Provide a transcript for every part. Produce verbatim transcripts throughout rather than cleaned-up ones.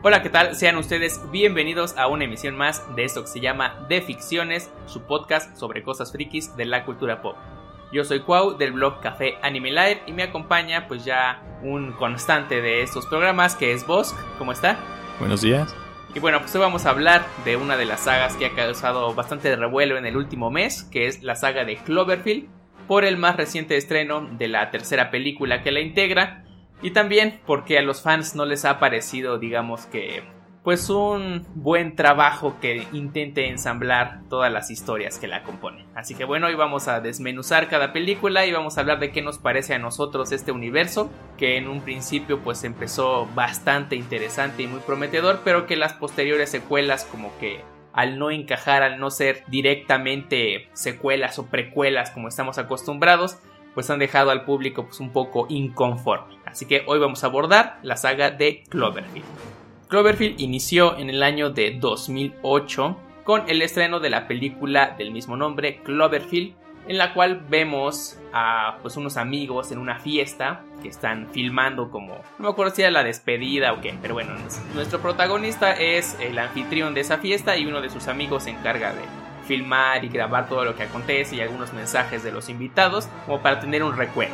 Hola, ¿qué tal? Sean ustedes bienvenidos a una emisión más de esto que se llama De Ficciones, su podcast sobre cosas frikis de la cultura pop. Yo soy Cuau del blog Café Anime Live y me acompaña pues ya un constante de estos programas que es Bosk. ¿Cómo está? Buenos días. Y bueno, pues hoy vamos a hablar de una de las sagas que ha causado bastante revuelo en el último mes, que es la saga de Cloverfield, por el más reciente estreno de la tercera película que la integra, y también porque a los fans no les ha parecido, digamos que, pues un buen trabajo que intente ensamblar todas las historias que la componen. Así que bueno, hoy vamos a desmenuzar cada película y vamos a hablar de qué nos parece a nosotros este universo, que en un principio pues empezó bastante interesante y muy prometedor, pero que las posteriores secuelas como que al no encajar, al no ser directamente secuelas o precuelas como estamos acostumbrados, pues han dejado al público pues un poco inconforme. Así que hoy vamos a abordar la saga de Cloverfield. Cloverfield inició en el año de dos mil ocho con el estreno de la película del mismo nombre, Cloverfield, en la cual vemos a pues unos amigos en una fiesta que están filmando como, no me acuerdo si era la despedida o qué, pero bueno, nuestro protagonista es el anfitrión de esa fiesta y uno de sus amigos se encarga de filmar y grabar todo lo que acontece y algunos mensajes de los invitados como para tener un recuerdo.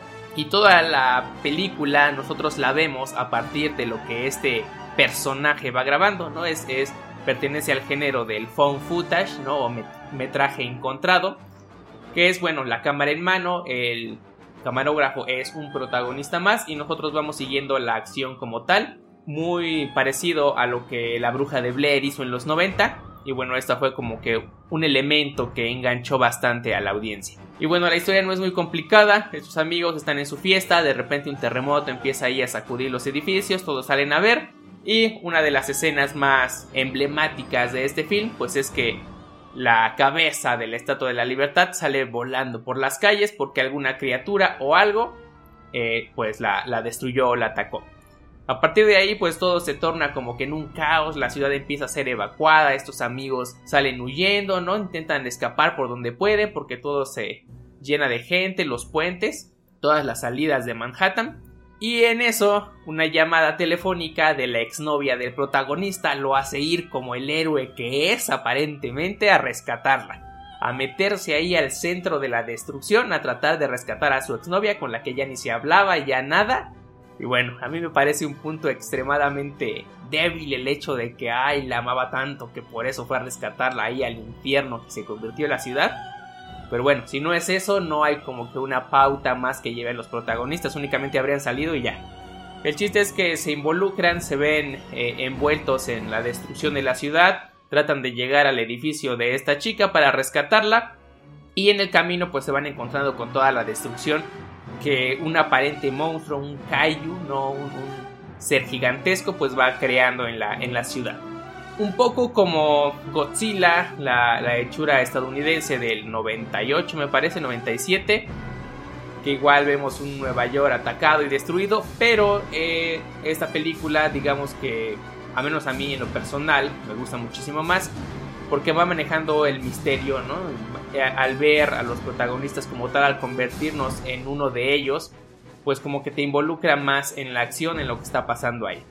Y toda la película nosotros la vemos a partir de lo que este personaje va grabando, ¿no? Es, es pertenece al género del found footage, ¿no? O metraje encontrado, que es, bueno, la cámara en mano, el camarógrafo es un protagonista más y nosotros vamos siguiendo la acción como tal, muy parecido a lo que La Bruja de Blair hizo en los noventa. Y bueno, esta fue como que un elemento que enganchó bastante a la audiencia. Y bueno, la historia no es muy complicada. Sus amigos están en su fiesta. De repente un terremoto empieza ahí a sacudir los edificios. Todos salen a ver. Y una de las escenas más emblemáticas de este film, pues es que la cabeza de la Estatua de la Libertad sale volando por las calles porque alguna criatura o algo eh, pues la, la destruyó o la atacó. A partir de ahí pues todo se torna como que en un caos, la ciudad empieza a ser evacuada, estos amigos salen huyendo, ¿no? Intentan escapar por donde pueden porque todo se llena de gente, los puentes, todas las salidas de Manhattan. Y en eso una llamada telefónica de la exnovia del protagonista lo hace ir como el héroe que es aparentemente a rescatarla, a meterse ahí al centro de la destrucción, a tratar de rescatar a su exnovia con la que ya ni se hablaba, ya nada. Y bueno, a mí me parece un punto extremadamente débil el hecho de que ay, la amaba tanto que por eso fue a rescatarla ahí al infierno que se convirtió en la ciudad. Pero bueno, si no es eso, no hay como que una pauta más que lleven los protagonistas, únicamente habrían salido y ya. El chiste es que se involucran, se ven eh, envueltos en la destrucción de la ciudad, tratan de llegar al edificio de esta chica para rescatarla y en el camino pues se van encontrando con toda la destrucción que un aparente monstruo, un kaiju, no un, un ser gigantesco, pues va creando en la, en la ciudad. Un poco como Godzilla, la, la hechura estadounidense del noventa y ocho, me parece, noventa y siete, que igual vemos un Nueva York atacado y destruido, pero eh, esta película, digamos que, a menos a mí en lo personal, me gusta muchísimo más, porque va manejando el misterio, ¿no? Al ver a los protagonistas como tal, al convertirnos en uno de ellos, pues como que te involucra más en la acción, en lo que está pasando ahí.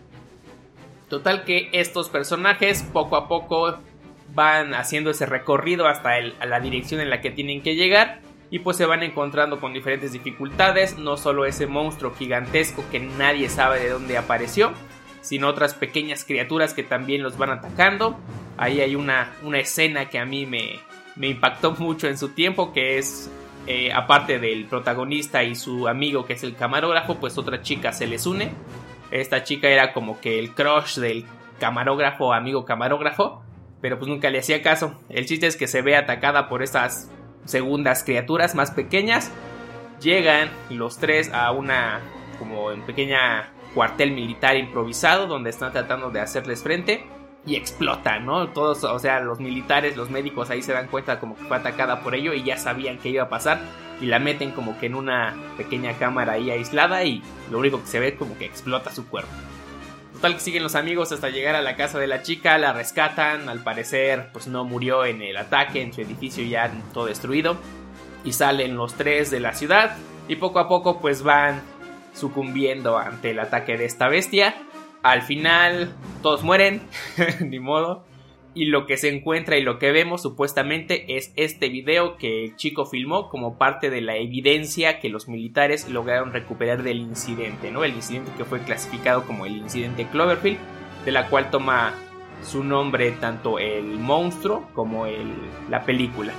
Total que estos personajes poco a poco van haciendo ese recorrido hasta el, a la dirección en la que tienen que llegar y pues se van encontrando con diferentes dificultades, no solo ese monstruo gigantesco que nadie sabe de dónde apareció, sino otras pequeñas criaturas que también los van atacando. Ahí hay una, una escena que a mí me, me impactó mucho en su tiempo, que es, eh, aparte del protagonista y su amigo que es el camarógrafo, pues otra chica se les une. Esta chica era como que el crush del camarógrafo, amigo camarógrafo, pero pues nunca le hacía caso. El chiste es que se ve atacada por estas segundas criaturas más pequeñas. Llegan los tres a una como en pequeña cuartel militar improvisado donde están tratando de hacerles frente y explotan, ¿no? Todos, o sea, los militares, los médicos ahí se dan cuenta como que fue atacada por ello y ya sabían que iba a pasar y la meten como que en una pequeña cámara ahí aislada y lo único que se ve es como que explota su cuerpo. Total que siguen los amigos hasta llegar a la casa de la chica, la rescatan, al parecer pues no murió en el ataque, en su edificio ya todo destruido, y salen los tres de la ciudad y poco a poco pues van sucumbiendo ante el ataque de esta bestia. Al final todos mueren, ni modo. Y lo que se encuentra y lo que vemos supuestamente es este video que el chico filmó como parte de la evidencia que los militares lograron recuperar del incidente, ¿no? El incidente que fue clasificado como el incidente Cloverfield, de la cual toma su nombre tanto el monstruo como el, la película.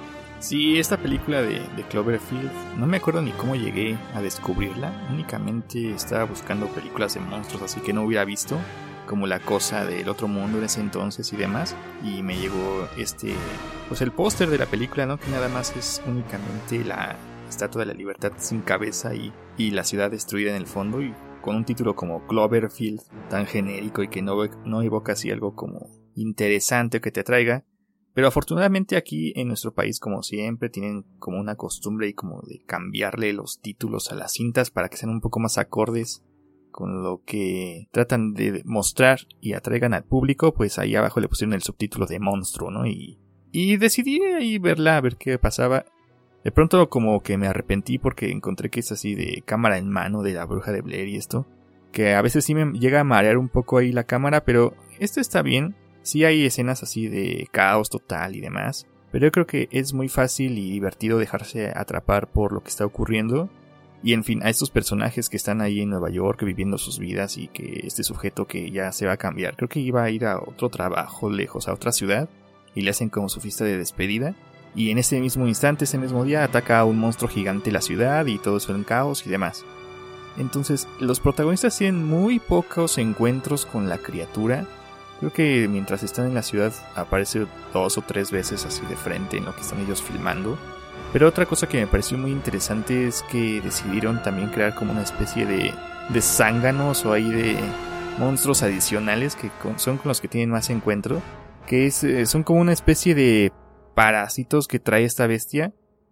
Sí, esta película de, de Cloverfield, no me acuerdo ni cómo llegué a descubrirla. Únicamente estaba buscando películas de monstruos, así que no hubiera visto, como La Cosa del Otro Mundo en ese entonces y demás. Y me llegó este, pues el póster de la película, ¿no? Que nada más es únicamente la Estatua de la Libertad sin cabeza y, y la ciudad destruida en el fondo, y con un título como Cloverfield, tan genérico y que no, no evoca así algo como interesante o que te atraiga. Pero afortunadamente aquí en nuestro país, como siempre, tienen como una costumbre y como de cambiarle los títulos a las cintas para que sean un poco más acordes con lo que tratan de mostrar y atraigan al público. Pues ahí abajo le pusieron el subtítulo de monstruo, ¿no? Y, y decidí ahí verla, a ver qué pasaba. De pronto como que me arrepentí porque encontré que es así de cámara en mano de La Bruja de Blair y esto, que a veces sí me llega a marear un poco ahí la cámara, pero esto está bien. Sí hay escenas así de caos total y demás, pero yo creo que es muy fácil y divertido dejarse atrapar por lo que está ocurriendo. Y en fin, a estos personajes que están ahí en Nueva York viviendo sus vidas, y que este sujeto que ya se va a cambiar, creo que iba a ir a otro trabajo lejos, a otra ciudad, y le hacen como su fiesta de despedida. Y en ese mismo instante, ese mismo día, ataca a un monstruo gigante la ciudad y todo eso en caos y demás. Entonces, los protagonistas tienen muy pocos encuentros con la criatura. Creo que mientras están en la ciudad aparece dos o tres veces así de frente en lo que están ellos filmando. Pero otra cosa que me pareció muy interesante es que decidieron también crear como una especie de, de zánganos o ahí de monstruos adicionales que con, son con los que tienen más encuentro. Que es, son como una especie de parásitos que trae esta bestia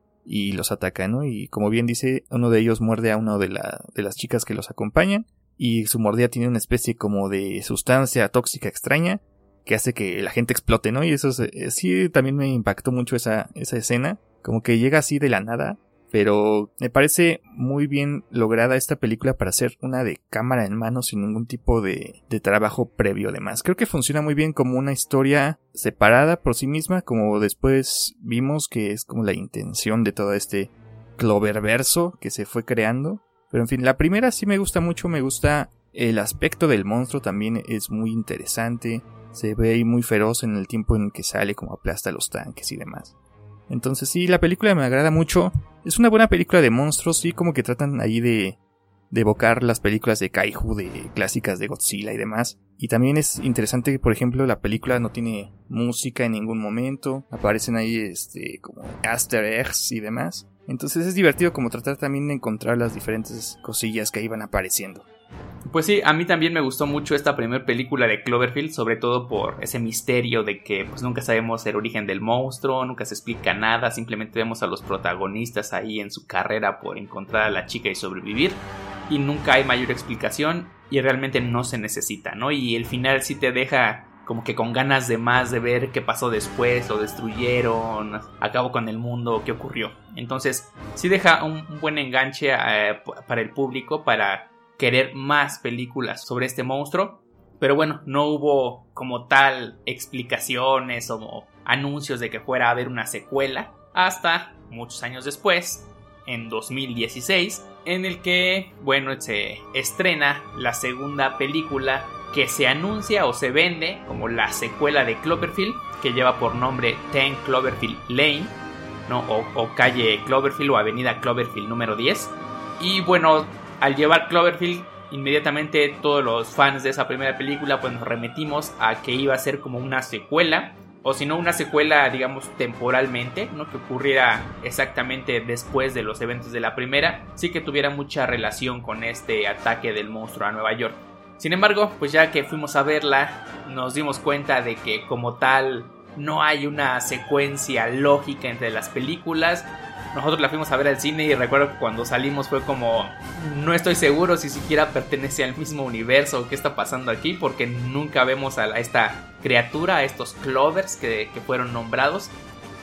y los ataca, ¿no? Y como bien dice, uno de ellos muerde a una de, la, de las chicas que los acompañan. Y su mordida tiene una especie como de sustancia tóxica extraña que hace que la gente explote, ¿no? Y eso sí también me impactó mucho esa, esa escena. Como que llega así de la nada. Pero me parece muy bien lograda esta película para hacer una de cámara en mano sin ningún tipo de, de trabajo previo además. Creo que funciona muy bien como una historia separada por sí misma, como después vimos que es como la intención de todo este Cloververso que se fue creando. Pero en fin, la primera sí me gusta mucho, me gusta el aspecto del monstruo, también es muy interesante, se ve ahí muy feroz en el tiempo en que sale, como aplasta los tanques y demás. Entonces sí, la película me agrada mucho, es una buena película de monstruos, sí, como que tratan ahí de, de evocar las películas de Kaiju, de clásicas de Godzilla y demás. Y también es interesante que, por ejemplo, la película no tiene música en ningún momento, aparecen ahí este como easter eggs y demás. Entonces es divertido como tratar también de encontrar las diferentes cosillas que ahí van apareciendo. Pues sí, a mí también me gustó mucho esta primera película de Cloverfield, sobre todo por ese misterio de que pues nunca sabemos el origen del monstruo, nunca se explica nada, simplemente vemos a los protagonistas ahí en su carrera por encontrar a la chica y sobrevivir, y nunca hay mayor explicación y realmente no se necesita, ¿no? Y el final sí te deja como que con ganas de más, de ver qué pasó después, lo destruyeron, acabó con el mundo, qué ocurrió. Entonces sí deja un, un buen enganche eh, para el público, para querer más películas sobre este monstruo. Pero bueno, no hubo como tal explicaciones o anuncios de que fuera a haber una secuela hasta muchos años después, en dos mil dieciséis, en el que, bueno, se estrena la segunda película que se anuncia o se vende como la secuela de Cloverfield, que lleva por nombre diez Cloverfield Lane, ¿no? o, o calle Cloverfield o avenida Cloverfield número diez. Y bueno, al llevar Cloverfield, inmediatamente todos los fans de esa primera película pues nos remitimos a que iba a ser como una secuela, o si no una secuela digamos temporalmente, ¿no? Que ocurriera exactamente después de los eventos de la primera, sí que tuviera mucha relación con este ataque del monstruo a Nueva York. Sin embargo, pues ya que fuimos a verla, nos dimos cuenta de que como tal no hay una secuencia lógica entre las películas. Nosotros la fuimos a ver al cine y recuerdo que cuando salimos fue como, no estoy seguro si siquiera pertenece al mismo universo o qué está pasando aquí, porque nunca vemos a, la, a esta criatura, a estos Clovers que, que fueron nombrados.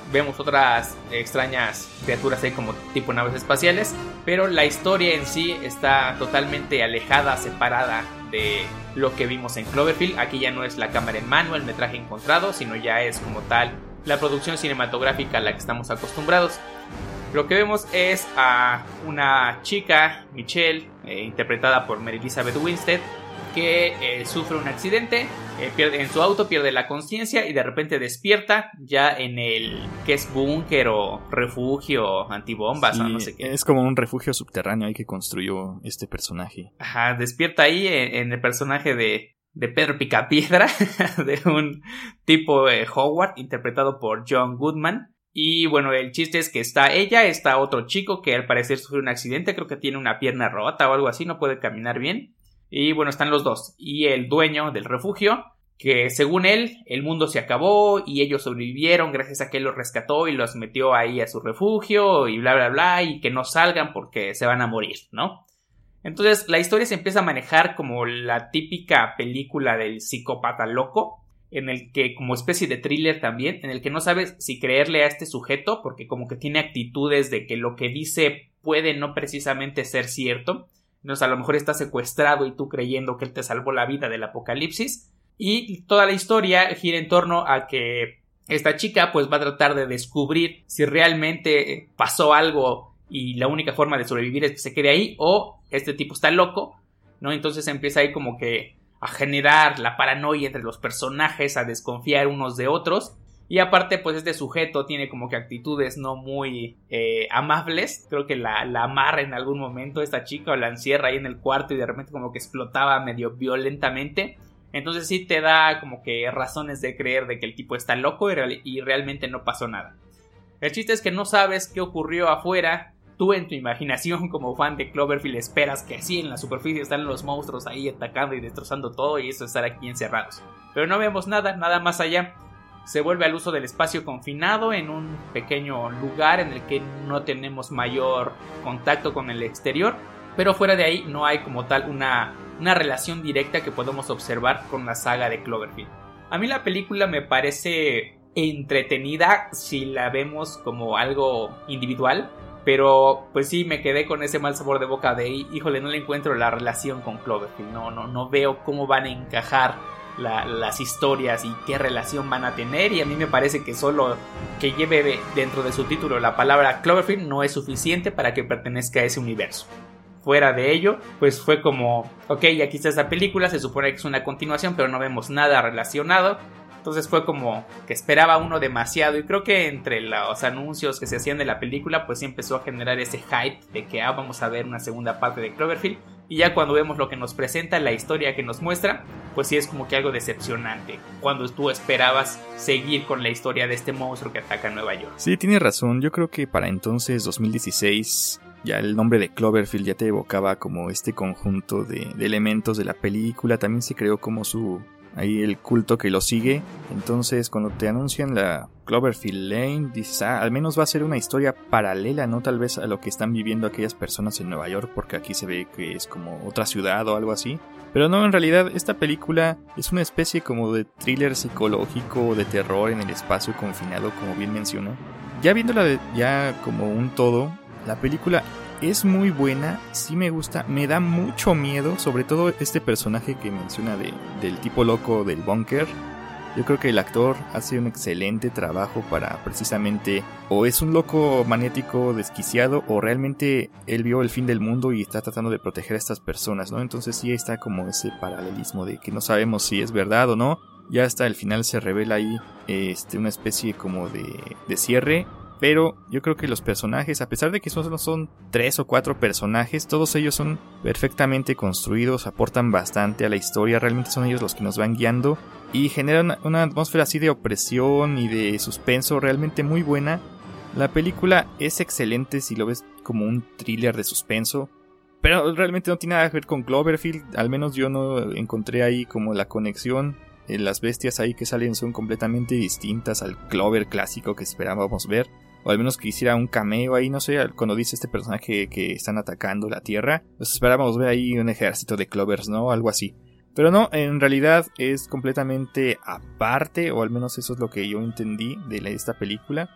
vemos otras extrañas criaturas ahí como tipo naves espaciales, pero la historia en sí está totalmente alejada, separada de lo que vimos en Cloverfield. Aquí ya no es la cámara en mano, el metraje encontrado, sino ya es como tal la producción cinematográfica a la que estamos acostumbrados. Lo que vemos es a una chica, Michelle, eh, interpretada por Mary Elizabeth Winstead, que eh, sufre un accidente, eh, pierde, en su auto pierde la conciencia y de repente despierta ya en el que es búnker o refugio antibombas, sí, o no sé qué. Es como un refugio subterráneo ahí que construyó este personaje. Ajá, despierta ahí en, en el personaje de, de Pedro Picapiedra, de un tipo eh, Howard, interpretado por John Goodman. Y bueno, el chiste es que está ella, está otro chico que al parecer sufrió un accidente, creo que tiene una pierna rota o algo así, no puede caminar bien. Y bueno, están los dos. Y el dueño del refugio, que según él, el mundo se acabó y ellos sobrevivieron gracias a que él los rescató y los metió ahí a su refugio y bla bla bla, y que no salgan porque se van a morir, ¿no? Entonces la historia se empieza a manejar como la típica película del psicópata loco, en el que, como especie de thriller también, en el que no sabes si creerle a este sujeto porque como que tiene actitudes de que lo que dice puede no precisamente ser cierto. Entonces a lo mejor está secuestrado y tú creyendo que él te salvó la vida del apocalipsis. Y toda la historia gira en torno a que esta chica pues va a tratar de descubrir si realmente pasó algo y la única forma de sobrevivir es que se quede ahí, o este tipo está loco, ¿no? Entonces empieza ahí como que a generar la paranoia entre los personajes, a desconfiar unos de otros. Y aparte, pues este sujeto tiene como que actitudes no muy eh, amables. Creo que la, la amarra en algún momento esta chica o la encierra ahí en el cuarto y de repente como que explotaba medio violentamente. Entonces sí te da como que razones de creer de que el tipo está loco y, real, y realmente no pasó nada. El chiste es que no sabes qué ocurrió afuera. Tú en tu imaginación como fan de Cloverfield esperas que sí, en la superficie están los monstruos ahí atacando y destrozando todo y eso estar aquí encerrados. Pero no vemos nada, nada más allá. Se vuelve al uso del espacio confinado en un pequeño lugar en el que no tenemos mayor contacto con el exterior. Pero fuera de ahí no hay como tal una, una relación directa que podemos observar con la saga de Cloverfield. A mí la película me parece entretenida si la vemos como algo individual. Pero pues sí, me quedé con ese mal sabor de boca de, híjole, no le encuentro la relación con Cloverfield. No, no, no veo cómo van a encajar la, las historias y qué relación van a tener. Y a mí me parece que solo que lleve dentro de su título la palabra Cloverfield no es suficiente para que pertenezca a ese universo. Fuera de ello, pues fue como, ok, aquí está esta película, se supone que es una continuación, pero no vemos nada relacionado. Entonces fue como que esperaba uno demasiado y creo que entre los anuncios que se hacían de la película pues sí empezó a generar ese hype de que ah, vamos a ver una segunda parte de Cloverfield, y ya cuando vemos lo que nos presenta, la historia que nos muestra, pues sí es como que algo decepcionante cuando tú esperabas seguir con la historia de este monstruo que ataca a Nueva York. Sí, tienes razón, yo creo que para entonces dos mil dieciséis ya el nombre de Cloverfield ya te evocaba como este conjunto de, de elementos de la película. También se creó como su... ahí el culto que lo sigue. Entonces cuando te anuncian la Cloverfield Lane, dices, ah, al menos va a ser una historia paralela, no tal vez a lo que están viviendo aquellas personas en Nueva York, porque aquí se ve que es como otra ciudad o algo así. Pero no, en realidad esta película es una especie como de thriller psicológico, de terror en el espacio confinado, como bien mencionó. Ya viéndola de, ya como un todo, la película es muy buena, sí me gusta, me da mucho miedo, sobre todo este personaje que menciona de, del tipo loco del búnker. Yo creo que el actor hace un excelente trabajo para precisamente, o es un loco maniático desquiciado, o realmente él vio el fin del mundo y está tratando de proteger a estas personas, ¿no? Entonces sí está como ese paralelismo de que no sabemos si es verdad o no. Ya hasta el final se revela ahí este, una especie como de, de cierre. Pero yo creo que los personajes, a pesar de que solo son tres o cuatro personajes, todos ellos son perfectamente construidos, aportan bastante a la historia, realmente son ellos los que nos van guiando y generan una atmósfera así de opresión y de suspenso realmente muy buena. La película es excelente si lo ves como un thriller de suspenso, pero realmente no tiene nada que ver con Cloverfield, al menos yo no encontré ahí como la conexión. Las bestias ahí que salen son completamente distintas al Clover clásico que esperábamos ver. O al menos que hiciera un cameo ahí, no sé, cuando dice este personaje que están atacando la Tierra. Pues esperábamos ver ahí un ejército de Clovers, ¿no? Algo así. Pero no, en realidad es completamente aparte, o al menos eso es lo que yo entendí de esta película.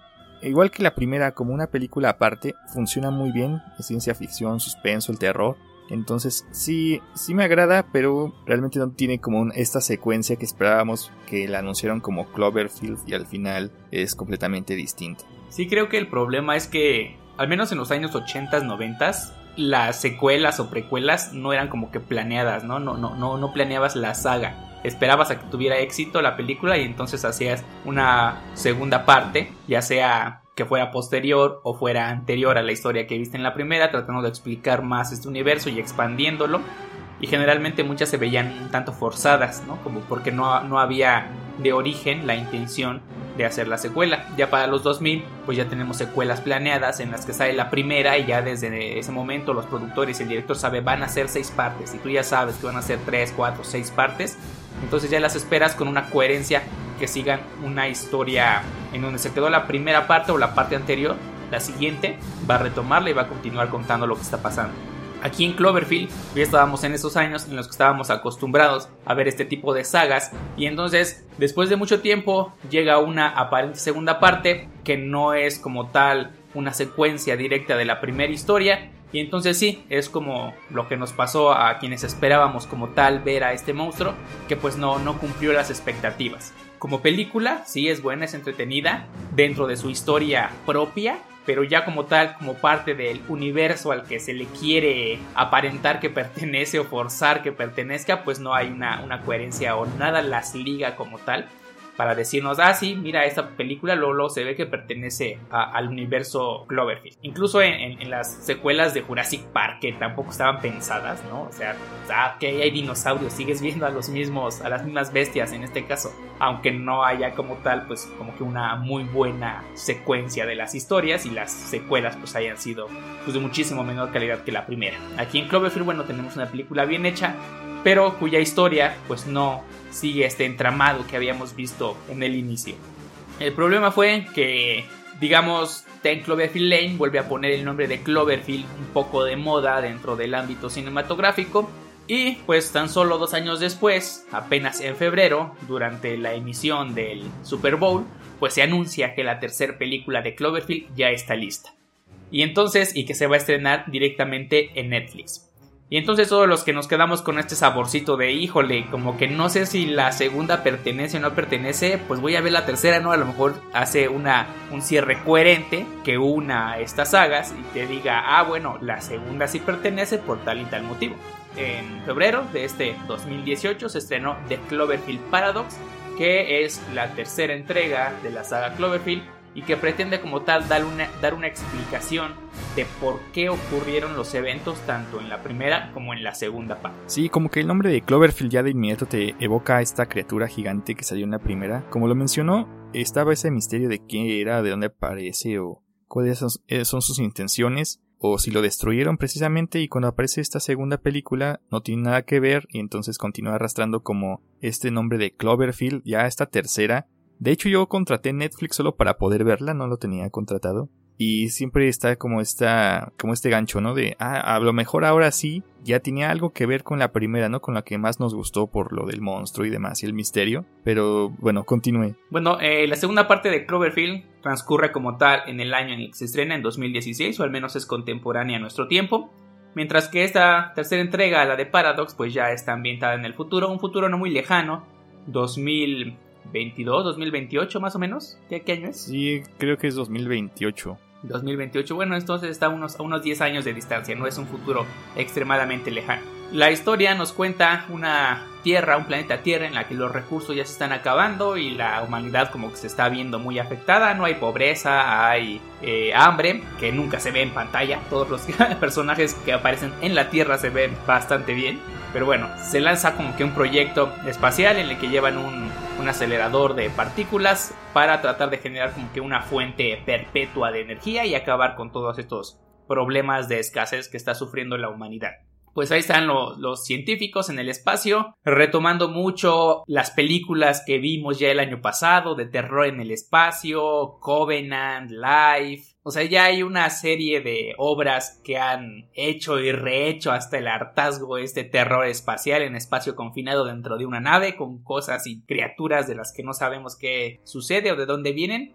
igual que la primera, como una película aparte, funciona muy bien, ciencia ficción, suspenso, el terror. Entonces sí, sí me agrada, pero realmente no tiene como un, esta secuencia que esperábamos, que la anunciaron como Cloverfield y al final es completamente distinta. Sí, creo que el problema es que, al menos en los años ochentas, noventas, las secuelas o precuelas no eran como que planeadas, ¿no? No, no, no, no planeabas la saga. Esperabas a que tuviera éxito la película y entonces hacías una segunda parte, ya sea que fuera posterior o fuera anterior a la historia que viste en la primera, tratando de explicar más este universo y expandiéndolo. Y generalmente muchas se veían un tanto forzadas, ¿no? Como porque no, no había de origen la intención de hacer la secuela. Ya para los dos mil, pues ya tenemos secuelas planeadas en las que sale la primera y ya desde ese momento los productores y el director saben van a ser seis partes y tú ya sabes que van a ser tres, cuatro, seis partes. Entonces ya las esperas con una coherencia, que sigan una historia en donde se quedó la primera parte o la parte anterior. La siguiente va a retomarla y va a continuar contando lo que está pasando. Aquí en Cloverfield ya estábamos en esos años en los que estábamos acostumbrados a ver este tipo de sagas, y entonces después de mucho tiempo llega una aparente segunda parte que no es como tal una secuencia directa de la primera historia. Y entonces sí, es como lo que nos pasó a quienes esperábamos como tal ver a este monstruo, que pues no, no cumplió las expectativas. Como película, sí es buena, es entretenida dentro de su historia propia, pero ya como tal, como parte del universo al que se le quiere aparentar que pertenece o forzar que pertenezca, pues no hay una, una coherencia o nada las liga como tal para decirnos, ah sí, mira esta película, luego se ve que pertenece a, al universo Cloverfield. Incluso en, en, en las secuelas de Jurassic Park, que tampoco estaban pensadas, ¿no? O sea, ah, que hay dinosaurios, sigues viendo a los mismos, a las mismas bestias en este caso, aunque no haya como tal, pues como que una muy buena secuencia de las historias, y las secuelas pues hayan sido pues de muchísimo menor calidad que la primera. Aquí en Cloverfield, bueno, tenemos una película bien hecha, pero cuya historia pues no sigue este entramado que habíamos visto en el inicio. El problema fue que, digamos, ten Cloverfield Lane vuelve a poner el nombre de Cloverfield un poco de moda dentro del ámbito cinematográfico, y pues tan solo dos años después, apenas en febrero, durante la emisión del Super Bowl, pues se anuncia que la tercera película de Cloverfield ya está lista. Y entonces, y que se va a estrenar directamente en Netflix. Y entonces todos los que nos quedamos con este saborcito de híjole, como que no sé si la segunda pertenece o no pertenece, pues voy a ver la tercera, ¿no? A lo mejor hace una, un cierre coherente que una estas sagas y te diga, ah bueno, la segunda sí pertenece por tal y tal motivo. En febrero de este dos mil dieciocho se estrenó The Cloverfield Paradox, que es la tercera entrega de la saga Cloverfield y que pretende como tal dar una, dar una explicación de por qué ocurrieron los eventos tanto en la primera como en la segunda parte. Sí, como que el nombre de Cloverfield ya de inmediato te evoca a esta criatura gigante que salió en la primera. Como lo mencionó, estaba ese misterio de qué era, de dónde aparece o cuáles son sus intenciones, o si lo destruyeron precisamente, y cuando aparece esta segunda película no tiene nada que ver y entonces continúa arrastrando como este nombre de Cloverfield, ya esta tercera. De hecho yo contraté Netflix solo para poder verla, no lo tenía contratado. Y siempre está como esta, como este gancho, ¿no? De, ah, a lo mejor ahora sí, ya tenía algo que ver con la primera, ¿no? Con la que más nos gustó por lo del monstruo y demás, y el misterio. Pero, bueno, continúe. Bueno, eh, la segunda parte de Cloverfield transcurre como tal en el año en el que se estrena, en dos mil dieciséis, o al menos es contemporánea a nuestro tiempo. Mientras que esta tercera entrega, la de Paradox, pues ya está ambientada en el futuro, un futuro no muy lejano, dos mil veintidós, dos mil veintiocho más o menos. ¿Qué, qué año es? Sí, creo que es dos mil veintiocho. dos mil veintiocho, bueno, entonces está a unos, a unos diez años de distancia, no es un futuro extremadamente lejano. La historia nos cuenta una Tierra, un planeta Tierra en la que los recursos ya se están acabando y la humanidad como que se está viendo muy afectada. No hay pobreza, hay eh, hambre, que nunca se ve en pantalla. Todos los personajes que aparecen en la Tierra se ven bastante bien. Pero bueno, se lanza como que un proyecto espacial en el que llevan un, un acelerador de partículas para tratar de generar como que una fuente perpetua de energía y acabar con todos estos problemas de escasez que está sufriendo la humanidad. Pues ahí están los, los científicos en el espacio, retomando mucho las películas que vimos ya el año pasado, de terror en el espacio, Covenant, Life. O sea, ya hay una serie de obras que han hecho y rehecho hasta el hartazgo este terror espacial en espacio confinado dentro de una nave con cosas y criaturas de las que no sabemos qué sucede o de dónde vienen.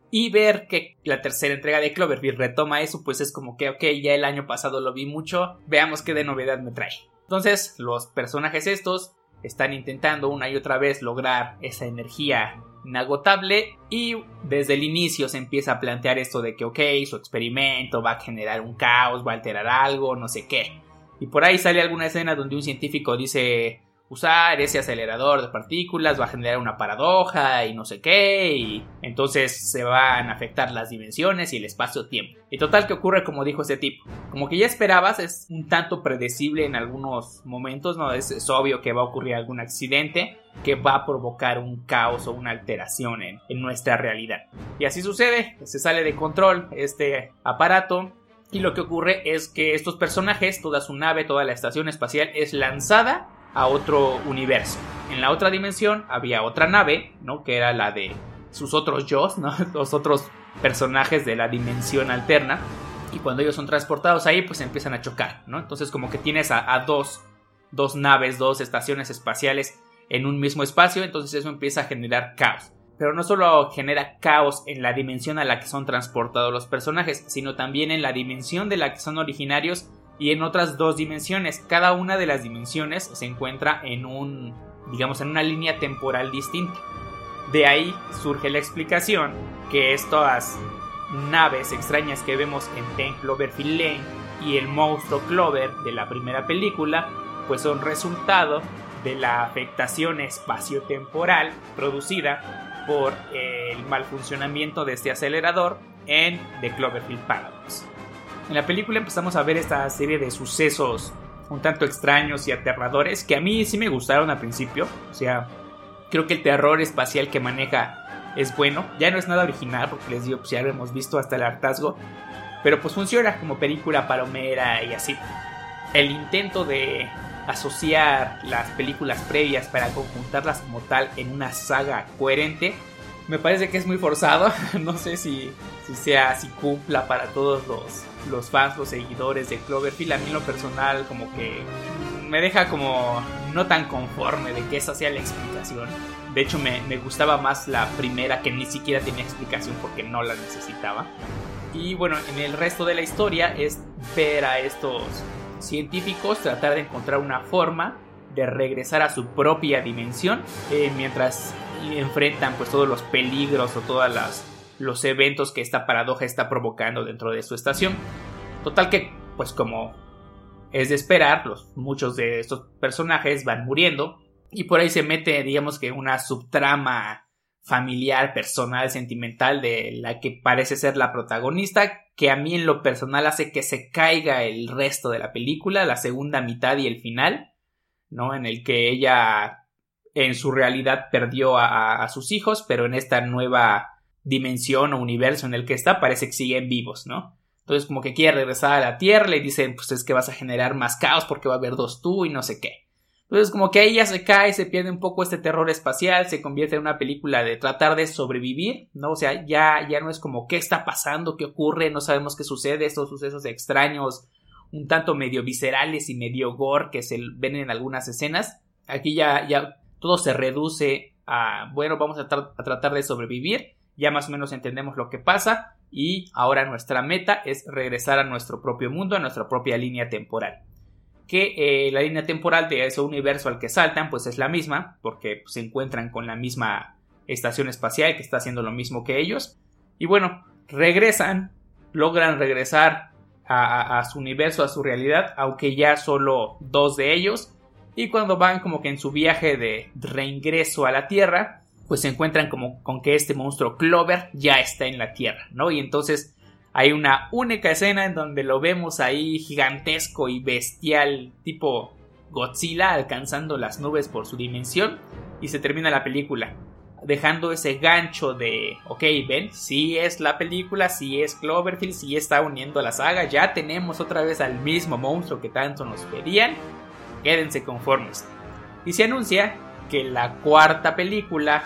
Y ver que la tercera entrega de Cloverfield retoma eso, pues es como que, ok, ya el año pasado lo vi mucho, veamos qué de novedad me trae. Entonces, los personajes estos están intentando una y otra vez lograr esa energía inagotable, y desde el inicio se empieza a plantear esto de que, ok, su experimento va a generar un caos, va a alterar algo, no sé qué. Y por ahí sale alguna escena donde un científico dice: usar ese acelerador de partículas va a generar una paradoja y no sé qué, y entonces se van a afectar las dimensiones y el espacio-tiempo. Y total que ocurre como dijo ese tipo. Como que ya esperabas, es un tanto predecible en algunos momentos, ¿no? Es, es obvio que va a ocurrir algún accidente que va a provocar un caos o una alteración en, en nuestra realidad. Y así sucede, se sale de control este aparato. Y lo que ocurre es que estos personajes, toda su nave, toda la estación espacial es lanzada a otro universo. En la otra dimensión había otra nave, ¿no? Que era la de sus otros yo, ¿no? Los otros personajes de la dimensión alterna. Y cuando ellos son transportados ahí, pues empiezan a chocar, ¿no? Entonces como que tienes a, a dos, dos naves, dos estaciones espaciales en un mismo espacio. Entonces eso empieza a generar caos. Pero no solo genera caos en la dimensión a la que son transportados los personajes, sino también en la dimensión de la que son originarios y en otras dos dimensiones. Cada una de las dimensiones se encuentra en un, digamos, en una línea temporal distinta. De ahí surge la explicación que estas naves extrañas que vemos en ten Cloverfield Lane y el monstruo Clover de la primera película, pues son resultado de la afectación espaciotemporal producida por el mal funcionamiento de este acelerador en The Cloverfield Paradox. En la película empezamos a ver esta serie de sucesos un tanto extraños y aterradores que a mí sí me gustaron al principio. O sea, creo que el terror espacial que maneja es bueno. Ya no es nada original porque les digo, pues ya lo hemos visto hasta el hartazgo, pero pues funciona como película palomera y así. El intento de asociar las películas previas para conjuntarlas como tal en una saga coherente me parece que es muy forzado. No sé si, si sea si cumpla para todos los, los fans, los seguidores de Cloverfield. A mí en lo personal como que me deja como no tan conforme de que esa sea la explicación. De hecho me, me gustaba más la primera, que ni siquiera tenía explicación porque no la necesitaba. Y bueno, en el resto de la historia es ver a estos científicos tratar de encontrar una forma de regresar a su propia dimensión, eh, mientras enfrentan pues todos los peligros o todos los eventos que esta paradoja está provocando dentro de su estación. Total que pues como es de esperar, los, muchos de estos personajes van muriendo y por ahí se mete, digamos que una subtrama familiar, personal, sentimental de la que parece ser la protagonista, que a mí en lo personal hace que se caiga el resto de la película, la segunda mitad y el final, ¿no? En el que ella en su realidad perdió a, a, a sus hijos, pero en esta nueva dimensión o universo en el que está parece que siguen vivos, ¿no? Entonces como que quiere regresar a la Tierra, le dicen pues es que vas a generar más caos porque va a haber dos tú y no sé qué. Entonces como que ahí ya se cae, se pierde un poco este terror espacial, se convierte en una película de tratar de sobrevivir, ¿no? O sea, ya, ya no es como qué está pasando, qué ocurre, no sabemos qué sucede, estos sucesos extraños, un tanto medio viscerales y medio gore que se ven en algunas escenas. Aquí ya, ya todo se reduce a, bueno, vamos a, tra- a tratar de sobrevivir, ya más o menos entendemos lo que pasa y ahora nuestra meta es regresar a nuestro propio mundo, a nuestra propia línea temporal. Que eh, la línea temporal de ese universo al que saltan pues es la misma, porque pues, se encuentran con la misma estación espacial que está haciendo lo mismo que ellos. Y bueno, regresan, logran regresar a, a, a su universo, a su realidad, aunque ya solo dos de ellos. Y cuando van como que en su viaje de reingreso a la Tierra, pues se encuentran como con que este monstruo Clover ya está en la Tierra, ¿no? Y entonces hay una única escena en donde lo vemos ahí gigantesco y bestial, tipo Godzilla alcanzando las nubes por su dimensión, y se termina la película, dejando ese gancho de, ok, ven, sí es la película, sí es Cloverfield, sí está uniendo a la saga, ya tenemos otra vez al mismo monstruo que tanto nos pedían, quédense conformes. Y se anuncia que la cuarta película,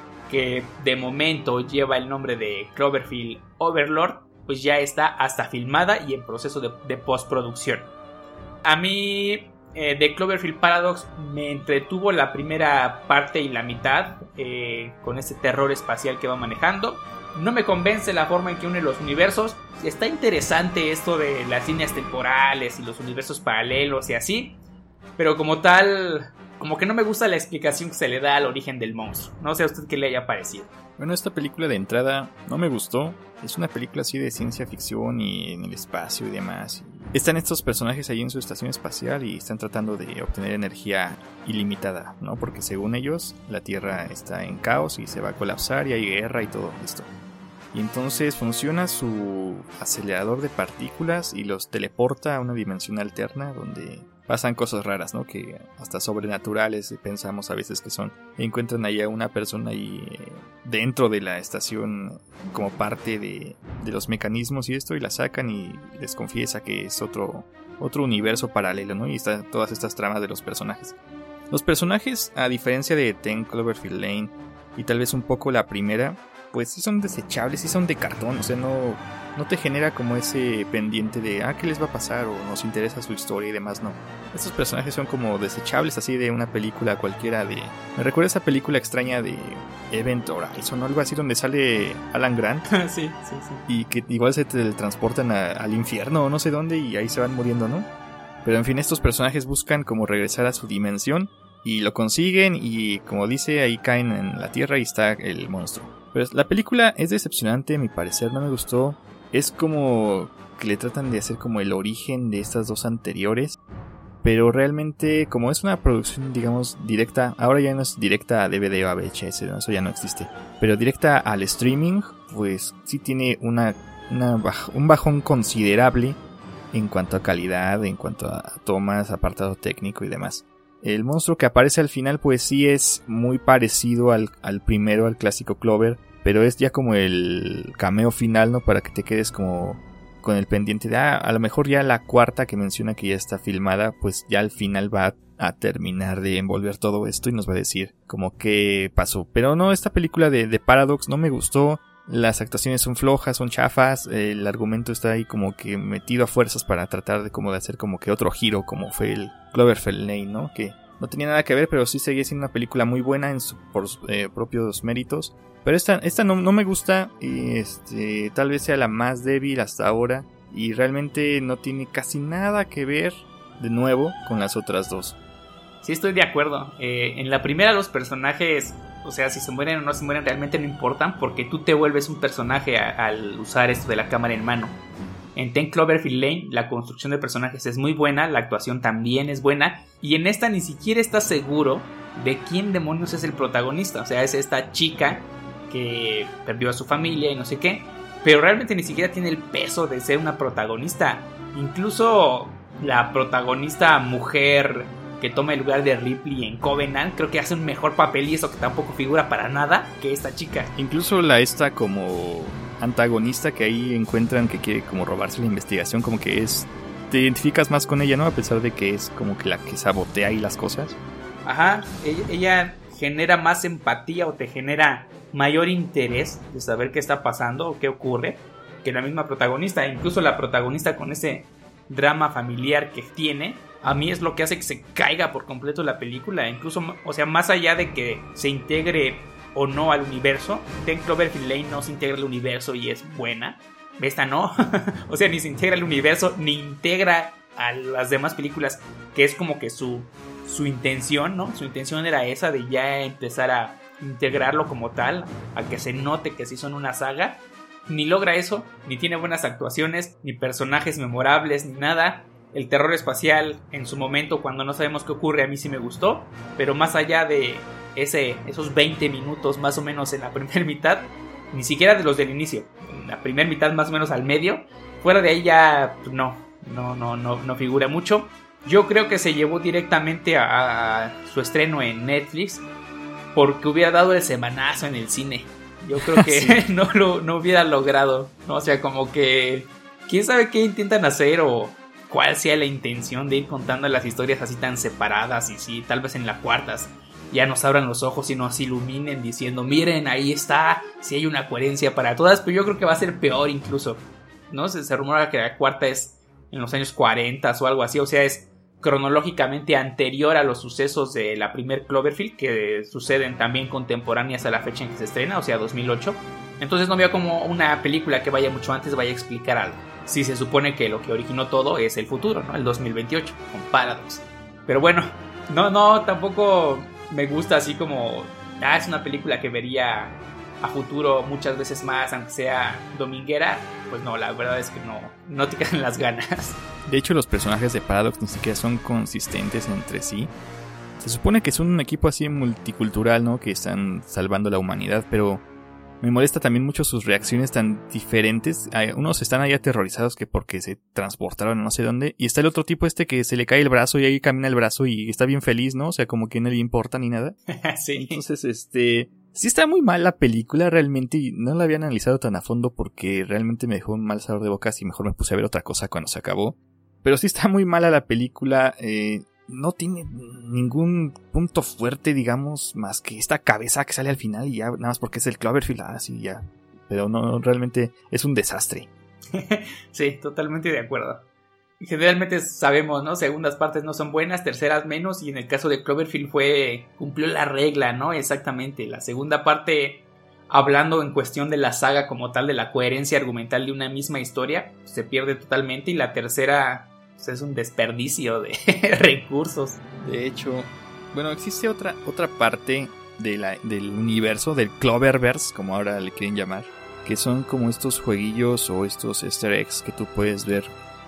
que de momento lleva el nombre de Cloverfield Overlord, pues ya está hasta filmada y en proceso de, de postproducción. A mí eh, de Cloverfield Paradox me entretuvo la primera parte y la mitad, eh, con ese terror espacial que va manejando. No me convence la forma en que une los universos. Está interesante esto de las líneas temporales y los universos paralelos y así, pero como tal, como que no me gusta la explicación que se le da al origen del monstruo. No sé a usted qué le haya parecido. Bueno, esta película de entrada no me gustó. Es una película así de ciencia ficción y en el espacio y demás. Están estos personajes ahí en su estación espacial y están tratando de obtener energía ilimitada, ¿no? Porque según ellos, la Tierra está en caos y se va a colapsar y hay guerra y todo esto. Y entonces funciona su acelerador de partículas y los teleporta a una dimensión alterna donde pasan cosas raras, ¿no? Que hasta sobrenaturales pensamos a veces que son. Encuentran ahí a una persona ahí dentro de la estación como parte de, de los mecanismos y esto, y la sacan y les confiesa que es otro, otro universo paralelo, ¿no? Y están todas estas tramas de los personajes. Los personajes, a diferencia de ten Cloverfield Lane y tal vez un poco la primera, pues sí son desechables, sí son de cartón, o sea, no, no te genera como ese pendiente de, ah, ¿qué les va a pasar? O nos interesa su historia y demás, no. Estos personajes son como desechables, así de una película cualquiera de... Me recuerda esa película extraña de Event Horizon o algo así, donde sale Alan Grant. sí, sí, sí. Y que igual se teletransportan a, al infierno o no sé dónde y ahí se van muriendo, ¿no? Pero en fin, estos personajes buscan como regresar a su dimensión y lo consiguen y, como dice, ahí caen en la tierra y está el monstruo. Pero la película es decepcionante, a mi parecer, no me gustó. Es como que le tratan de hacer como el origen de estas dos anteriores, pero realmente, como es una producción, digamos, directa, ahora ya no es directa a D V D o a V H S, ¿no? Eso ya no existe, pero directa al streaming, pues sí tiene una, una baj- un bajón considerable en cuanto a calidad, en cuanto a tomas, apartado técnico y demás. El monstruo que aparece al final pues sí es muy parecido al, al primero, al clásico Clover, pero es ya como el cameo final, ¿no? Para que te quedes como con el pendiente de, ah, a lo mejor ya la cuarta que menciona que ya está filmada, pues ya al final va a terminar de envolver todo esto y nos va a decir como qué pasó. Pero no, esta película de, de Paradox no me gustó. Las actuaciones son flojas, son chafas, el argumento está ahí como que metido a fuerzas para tratar de como de hacer como que otro giro como fue el Cloverfield Lane, ¿no? Que no tenía nada que ver, pero sí seguía siendo una película muy buena en su, por sus eh, propios méritos. Pero esta, esta no, no me gusta, y este, tal vez sea la más débil hasta ahora y realmente no tiene casi nada que ver de nuevo con las otras dos. Sí, estoy de acuerdo. Eh, en la primera los personajes, o sea, si se mueren o no se mueren realmente no importan, porque tú te vuelves un personaje a, al usar esto de la cámara en mano. En ten Cloverfield Lane la construcción de personajes es muy buena, la actuación también es buena, y en esta ni siquiera estás seguro de quién demonios es el protagonista. O sea, es esta chica que perdió a su familia y no sé qué, pero realmente ni siquiera tiene el peso de ser una protagonista. Incluso la protagonista mujer que toma el lugar de Ripley en Covenant, creo que hace un mejor papel, y eso que tampoco figura para nada, que esta chica. Incluso la esta como antagonista que ahí encuentran que quiere como robarse la investigación, como que es, te identificas más con ella, ¿no? A pesar de que es como que la que sabotea ahí las cosas. Ajá, ella, ella genera más empatía o te genera mayor interés de saber qué está pasando o qué ocurre que la misma protagonista. Incluso la protagonista con ese drama familiar que tiene, a mí es lo que hace que se caiga por completo la película. Incluso, o sea, más allá de que se integre o no al universo, ten Cloverfield Lane no se integra al universo y es buena. Esta no. O sea, ni se integra al universo ni integra a las demás películas, que es como que su, su intención, ¿no? Su intención era esa, de ya empezar a integrarlo como tal, a que se note que sí son una saga. Ni logra eso, ni tiene buenas actuaciones, ni personajes memorables, ni nada. El terror espacial en su momento, cuando no sabemos qué ocurre, a mí sí me gustó, pero más allá de ese, esos veinte minutos más o menos en la primera mitad, ni siquiera de los del inicio, en la primera mitad más o menos al medio, fuera de ahí ya pues no, no, no, no, no figura mucho. Yo creo que se llevó directamente a, a su estreno en Netflix porque hubiera dado el semanazo en el cine. Yo creo que sí. no lo no hubiera logrado, ¿no? O sea, como que quién sabe qué intentan hacer o cuál sea la intención de ir contando las historias así tan separadas, y sí, tal vez en la cuarta ya nos abran los ojos y nos iluminen diciendo, miren, ahí está, sí hay una coherencia para todas, pero yo creo que va a ser peor incluso, ¿no? Se, se rumora que la cuarta es en los años cuarenta o algo así, o sea, es cronológicamente anterior a los sucesos de la primer Cloverfield, que suceden también contemporáneas a la fecha en que se estrena, o sea dos mil ocho. Entonces no veo como una película que vaya mucho antes vaya a explicar algo, si se supone que lo que originó todo es el futuro, ¿no? El dos mil veintiocho, con Paradox. Pero bueno, no, no, tampoco me gusta así como, ah, es una película que vería a futuro muchas veces más, aunque sea dominguera. Pues no, la verdad es que no, no te quedan las ganas. De hecho, los personajes de Paradox ni siquiera son consistentes entre sí. Se supone que son un equipo así multicultural, ¿no? Que están salvando la humanidad, pero me molesta también mucho sus reacciones tan diferentes. Unos están ahí aterrorizados que porque se transportaron a no sé dónde, y está el otro tipo este que se le cae el brazo y ahí camina el brazo y está bien feliz, ¿no? O sea, como que no le importa ni nada. Sí. Entonces, este... sí está muy mal la película realmente, y no la había analizado tan a fondo porque realmente me dejó un mal sabor de boca, y mejor me puse a ver otra cosa cuando se acabó. Pero sí está muy mala la película, eh, no tiene ningún punto fuerte, digamos, más que esta cabeza que sale al final y ya, nada más porque es el Cloverfield, ah, sí, ya. Pero no, realmente es un desastre. Sí, totalmente de acuerdo. Generalmente sabemos, ¿no? Segundas partes no son buenas, terceras menos, y en el caso de Cloverfield fue, cumplió la regla, ¿no? Exactamente. La segunda parte, hablando en cuestión de la saga como tal, de la coherencia argumental de una misma historia, se pierde totalmente, y la tercera, pues, es un desperdicio de recursos. De hecho, bueno, existe otra, otra parte de la, del universo, del Cloververse, como ahora le quieren llamar, que son como estos jueguillos o estos easter eggs que tú puedes ver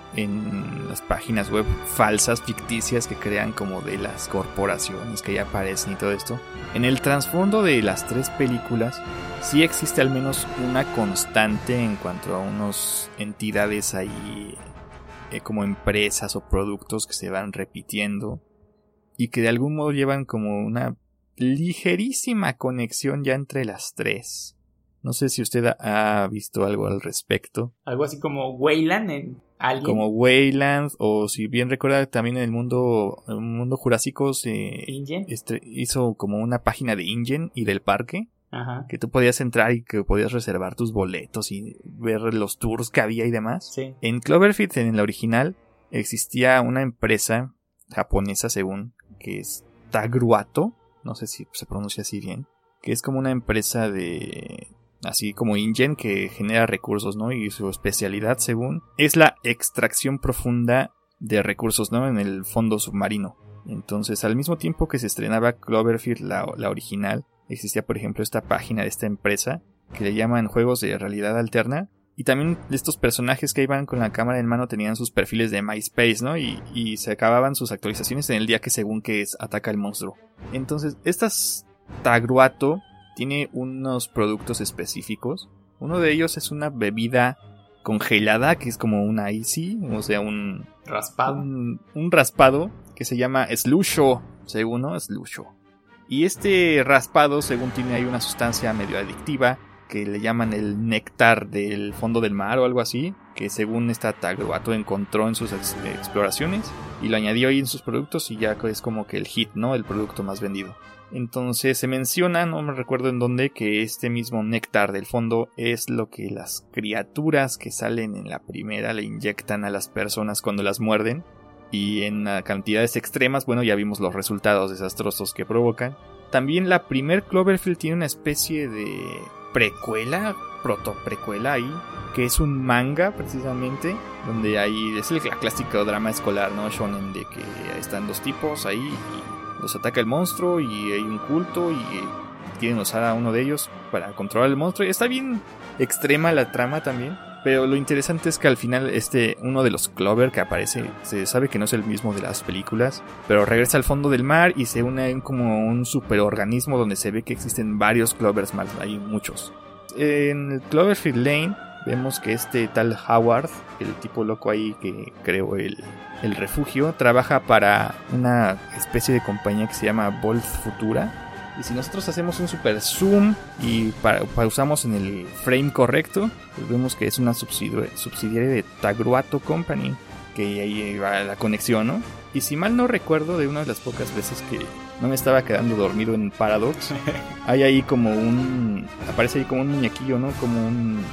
en las páginas web falsas, ficticias, que crean como de las corporaciones que ya aparecen y todo esto. En el trasfondo de las tres películas sí existe al menos una constante en cuanto a unas entidades ahí, eh, como empresas o productos que se van repitiendo y que de algún modo llevan como una ligerísima conexión ya entre las tres. No sé si usted ha visto algo al respecto. Algo así como Weyland en Alien. Como Weyland, o si bien recuerda también en el mundo, en el mundo Jurásico se este, hizo como una página de InGen y del parque. Ajá. Que tú podías entrar y que podías reservar tus boletos y ver los tours que había y demás. Sí. En Cloverfield, en la original, existía una empresa japonesa, según, que es Tagruato, no sé si se pronuncia así bien, que es como una empresa de... así como InGen, que genera recursos, ¿no? Y su especialidad, según, es la extracción profunda de recursos, ¿no? En el fondo submarino. Entonces, al mismo tiempo que se estrenaba Cloverfield, la, la original, existía, por ejemplo, esta página de esta empresa que le llaman juegos de realidad alterna. Y también estos personajes que iban con la cámara en mano tenían sus perfiles de MySpace, ¿no? Y, y se acababan sus actualizaciones en el día que según que es, ataca el monstruo. Entonces, estas Tagruato tiene unos productos específicos. Uno de ellos es una bebida congelada, que es como una icy, o sea, un raspado. Un, un raspado que se llama Slusho, según, ¿no? Slusho. Y este raspado, según, tiene ahí una sustancia medio adictiva que le llaman el néctar del fondo del mar o algo así, que según esta Tagruato encontró en sus ex- exploraciones y lo añadió ahí en sus productos y ya es como que el hit, ¿no? El producto más vendido. Entonces se menciona, no me recuerdo en dónde, que este mismo néctar del fondo es lo que las criaturas que salen en la primera le inyectan a las personas cuando las muerden. Y en cantidades extremas, bueno, ya vimos los resultados desastrosos que provocan. También la primer Cloverfield tiene una especie de precuela, proto-precuela ahí, que es un manga precisamente, donde ahí es el clásico drama escolar, ¿no? Shonen, de que están dos tipos ahí y los ataca el monstruo y hay un culto y quieren usar a uno de ellos para controlar el monstruo. Y está bien extrema la trama también. Pero lo interesante es que al final este uno de los Clover que aparece, se sabe que no es el mismo de las películas, pero regresa al fondo del mar y se une en como un superorganismo donde se ve que existen varios Clovers más, hay muchos. En el Cloverfield Lane vemos que este tal Howard, el tipo loco ahí que creó el, el refugio, trabaja para una especie de compañía que se llama Volt Futura. Y si nosotros hacemos un super zoom y pa- pausamos en el frame correcto, pues vemos que es una subsidiaria, subsidiaria de Tagruato Company, que ahí va la conexión, ¿no? Y si mal no recuerdo, de una de las pocas veces que no me estaba quedando dormido en Paradox, hay ahí como un... aparece ahí como un muñequillo, ¿no? Como un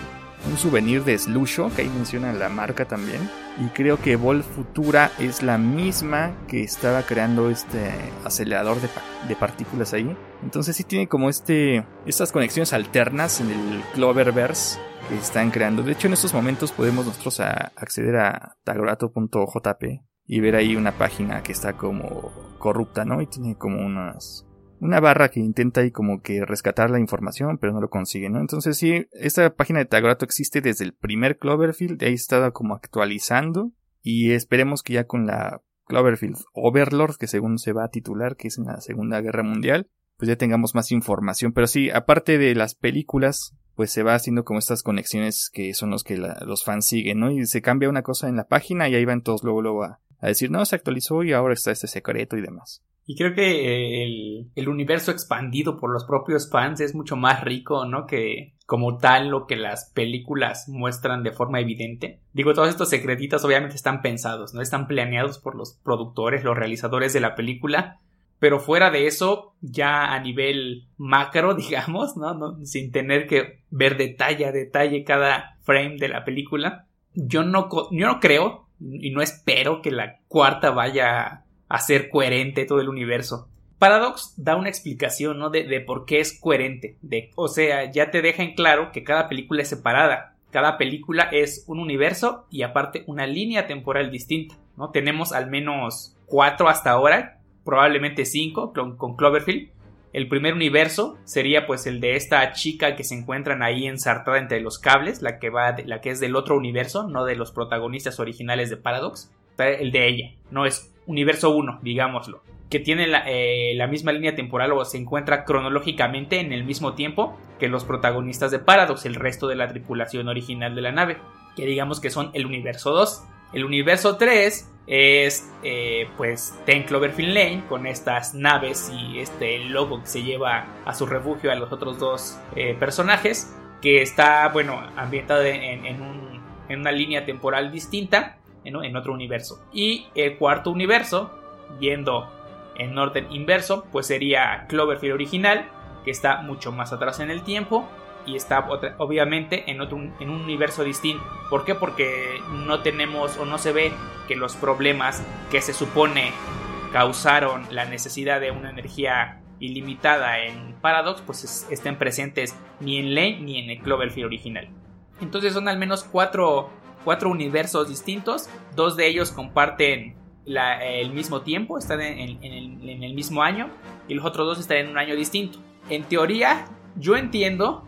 un souvenir de Slusho, que ahí menciona la marca también. Y creo que Vol Futura es la misma que estaba creando este acelerador de, de partículas ahí. Entonces sí tiene como este estas conexiones alternas en el Cloververse que están creando. De hecho, en estos momentos podemos nosotros a acceder a tagorato punto j p y ver ahí una página que está como corrupta, ¿no? Y tiene como unas... una barra que intenta ahí como que rescatar la información, pero no lo consigue, ¿no? Entonces sí, esta página de Tagorato existe desde el primer Cloverfield, de ahí está como actualizando, y esperemos que ya con la Cloverfield Overlord, que según se va a titular, que es en la Segunda Guerra Mundial, pues ya tengamos más información. Pero sí, aparte de las películas, pues se va haciendo como estas conexiones que son los que la, los fans siguen, ¿no? Y se cambia una cosa en la página y ahí van todos luego, luego a, a decir, no, se actualizó y ahora está este secreto y demás. Y creo que el, el universo expandido por los propios fans es mucho más rico, ¿no? Que como tal lo que las películas muestran de forma evidente. Digo, todos estos secretitos obviamente están pensados, ¿no? Están planeados por los productores, los realizadores de la película. Pero fuera de eso, ya a nivel macro, digamos, ¿no? ¿no? Sin tener que ver detalle a detalle cada frame de la película. Yo no, yo no creo y no espero que la cuarta vaya a ser coherente todo el universo. Paradox da una explicación, ¿no? De, de por qué es coherente. De, o sea, ya te deja en claro que cada película es separada. Cada película es un universo y aparte una línea temporal distinta, ¿no? Tenemos al menos cuatro hasta ahora. Probablemente cinco con, con Cloverfield. El primer universo sería pues el de esta chica que se encuentran ahí ensartada entre los cables, la que va de, la que es del otro universo, no de los protagonistas originales de Paradox, el de ella, no es universo uno, digámoslo, que tiene la, eh, la misma línea temporal o se encuentra cronológicamente en el mismo tiempo que los protagonistas de Paradox, el resto de la tripulación original de la nave, que digamos que son el universo dos. El universo tres es eh, pues Ten Cloverfield Lane, con estas naves y este logo que se lleva a su refugio a los otros dos eh, personajes, que está, bueno, ambientado en, en, un, en una línea temporal distinta, ¿no? En otro universo. Y el cuarto universo, yendo en orden inverso, pues sería Cloverfield original, que está mucho más atrás en el tiempo y está otra, obviamente en otro en un universo distinto. ¿Por qué? Porque no tenemos o no se ve que los problemas que se supone causaron la necesidad de una energía ilimitada en Paradox pues es, estén presentes ni en Lane ni en el Cloverfield original. Entonces son al menos cuatro, cuatro universos distintos. Dos de ellos comparten la, el mismo tiempo, están en, en, en, el, en el mismo año, y los otros dos están en un año distinto. En teoría, yo entiendo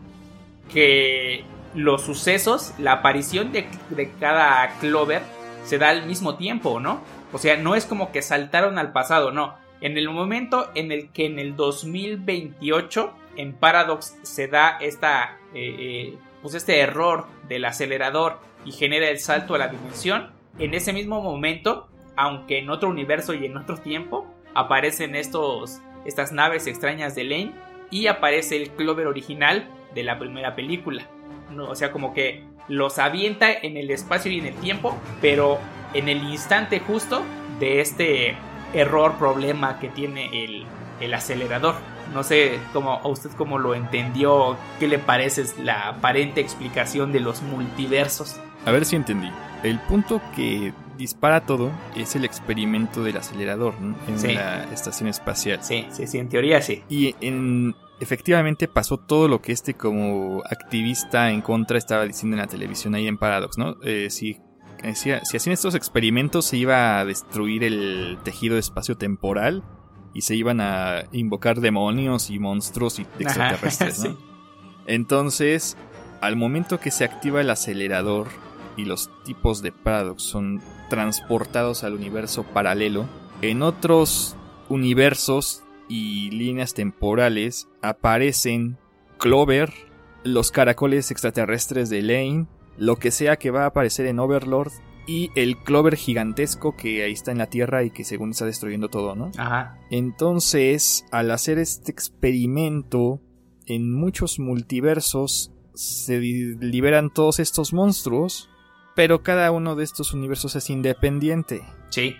que los sucesos, la aparición de, de cada Clover se da al mismo tiempo, ¿no? O sea, no es como que saltaron al pasado, no. En el momento en el que en el dos mil veintiocho en Paradox se da esta, eh, eh, pues este error del acelerador y genera el salto a la dimensión, en ese mismo momento, aunque en otro universo y en otro tiempo, aparecen estos, estas naves extrañas de Lane y aparece el Clover original de la primera película, ¿no? O sea, como que los avienta en el espacio y en el tiempo, pero en el instante justo de este error, problema que tiene el, el acelerador. No sé cómo, a usted cómo lo entendió, qué le parece la aparente explicación de los multiversos. A ver si entendí. El punto que dispara todo es el experimento del acelerador, ¿no? En sí. La estación espacial. Sí, sí, sí, en teoría sí. Y en... efectivamente pasó todo lo que este como activista en contra estaba diciendo en la televisión ahí en Paradox, ¿no? Eh, si, eh, si, si hacían estos experimentos se iba a destruir el tejido espacio-temporal y se iban a invocar demonios y monstruos y extraterrestres, ¿no? Sí. Entonces, al momento que se activa el acelerador y los tipos de Paradox son transportados al universo paralelo, en otros universos y líneas temporales aparecen Clover, los caracoles extraterrestres de Lane, lo que sea que va a aparecer en Overlord y el Clover gigantesco que ahí está en la Tierra y que según está destruyendo todo, ¿no? Ajá. Entonces, al hacer este experimento, en muchos multiversos se liberan todos estos monstruos, pero cada uno de estos universos es independiente. Sí.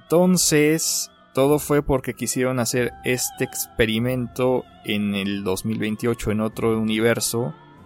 Entonces, todo fue porque quisieron hacer este experimento en el dos mil veintiocho en otro universo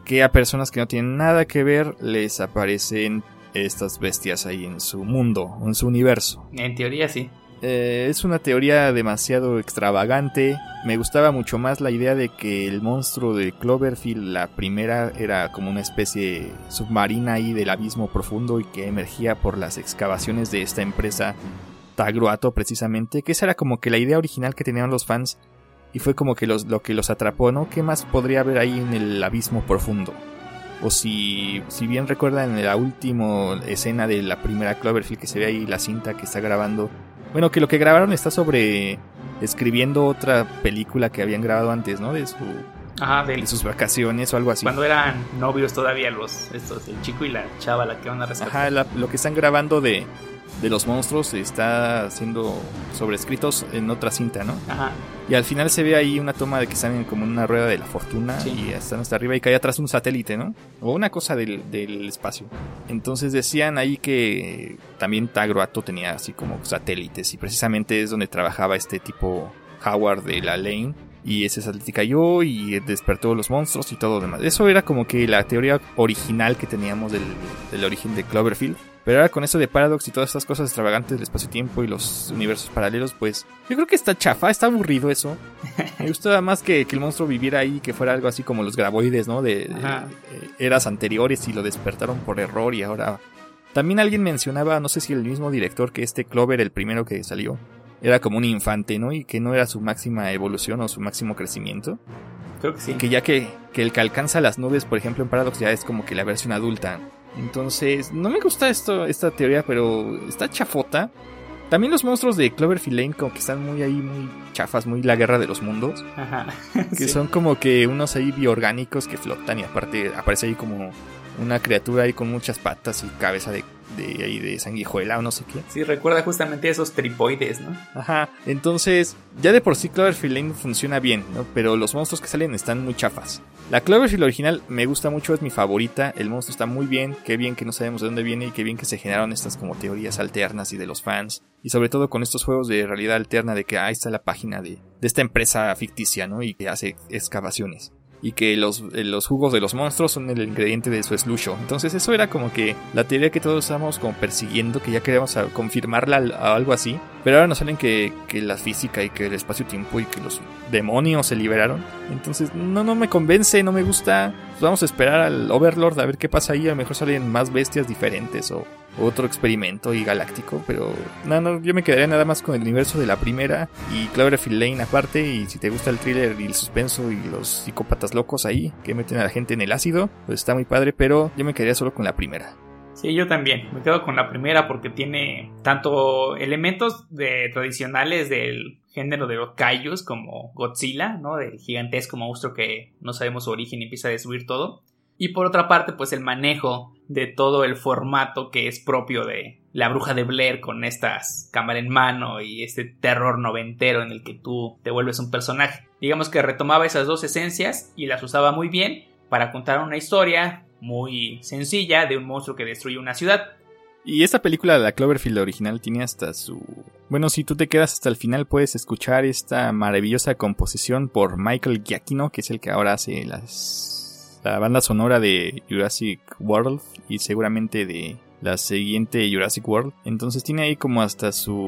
que a personas que no tienen nada que ver les aparecen estas bestias ahí en su mundo, en su universo. En teoría sí. Eh, es una teoría demasiado extravagante. Me gustaba mucho más la idea de que el monstruo de Cloverfield, la primera, era como una especie submarina ahí del abismo profundo y que emergía por las excavaciones de esta empresa Tagruato precisamente, que esa era como que la idea original que tenían los fans y fue como que los, lo que los atrapó, ¿no? ¿Qué más podría haber ahí en el abismo profundo? O si, si bien recuerdan en la última escena de la primera Cloverfield que se ve ahí la cinta que está grabando, bueno, que lo que grabaron está sobre escribiendo otra película que habían grabado antes, ¿no? De su Ajá, de sus vacaciones o algo así. Cuando eran novios todavía los estos, el chico y la chava, la que van a rescatar. Ajá, la, lo que están grabando de, de los monstruos está siendo sobrescritos en otra cinta, ¿no? Ajá. Y al final se ve ahí una toma de que están como en una rueda de la fortuna, sí, y están hasta arriba y cae atrás un satélite, ¿no? O una cosa del, del espacio. Entonces decían ahí que también Tagruato tenía así como satélites y precisamente es donde trabajaba este tipo Howard de la Lane. Y ese satélite cayó y despertó los monstruos y todo lo demás. Eso era como que la teoría original que teníamos del, del origen de Cloverfield. Pero ahora con eso de Paradox y todas estas cosas extravagantes del espacio-tiempo y los universos paralelos, pues yo creo que está chafa, está aburrido eso. Me gustaba más que, que el monstruo viviera ahí, que fuera algo así como los graboides, ¿no? De, de, de eras anteriores y lo despertaron por error y ahora... También alguien mencionaba, no sé si el mismo director, que este Clover, el primero que salió, era como un infante, ¿no? Y que no era su máxima evolución o su máximo crecimiento. Creo que sí. Que ya que, que el que alcanza las nubes, por ejemplo, en Paradox ya es como que la versión adulta. Entonces, no me gusta esto, esta teoría, pero está chafota. También los monstruos de Cloverfield Lane como que están muy ahí, muy chafas, muy la guerra de los mundos. Ajá. Que sí. Son como que unos ahí bioorgánicos que flotan y aparte aparece ahí como una criatura ahí con muchas patas y cabeza de, de, ahí de sanguijuela o no sé qué. Sí, recuerda justamente esos tripoides, ¿no? Ajá, entonces ya de por sí Cloverfield Lane funciona bien, ¿no? Pero los monstruos que salen están muy chafas. La Cloverfield original me gusta mucho, es mi favorita. El monstruo está muy bien, qué bien que no sabemos de dónde viene y qué bien que se generaron estas como teorías alternas y de los fans. Y sobre todo con estos juegos de realidad alterna de que ahí está la página de, de esta empresa ficticia, ¿no? Y que hace excavaciones. Y que los, los jugos de los monstruos son el ingrediente de su slusho. Entonces eso era como que la teoría que todos estábamos como persiguiendo, que ya queríamos a confirmarla a algo así. Pero ahora nos salen que, que la física y que el espacio-tiempo y que los demonios se liberaron. Entonces no, no me convence, no me gusta. Pues vamos a esperar al Overlord a ver qué pasa ahí. A lo mejor salen más bestias diferentes o otro experimento y galáctico. Pero no, no, yo me quedaría nada más con el universo de la primera y Cloverfield Lane aparte. Y si te gusta el thriller y el suspenso y los psicópatas locos ahí que meten a la gente en el ácido, pues está muy padre. Pero yo me quedaría solo con la primera. Sí, yo también. Me quedo con la primera porque tiene tanto elementos de, tradicionales del género de los kaijus como Godzilla, ¿no? Del gigantesco monstruo que no sabemos su origen y empieza a destruir todo. Y por otra parte, pues el manejo de todo el formato que es propio de La Bruja de Blair con estas cámara en mano y este terror noventero en el que tú te vuelves un personaje. Digamos que retomaba esas dos esencias y las usaba muy bien para contar una historia muy sencilla de un monstruo que destruye una ciudad. Y esta película, la Cloverfield original, tiene hasta su... Bueno, si tú te quedas hasta el final puedes escuchar esta maravillosa composición por Michael Giacchino, que es el que ahora hace las... la banda sonora de Jurassic World y seguramente de la siguiente Jurassic World. Entonces tiene ahí como hasta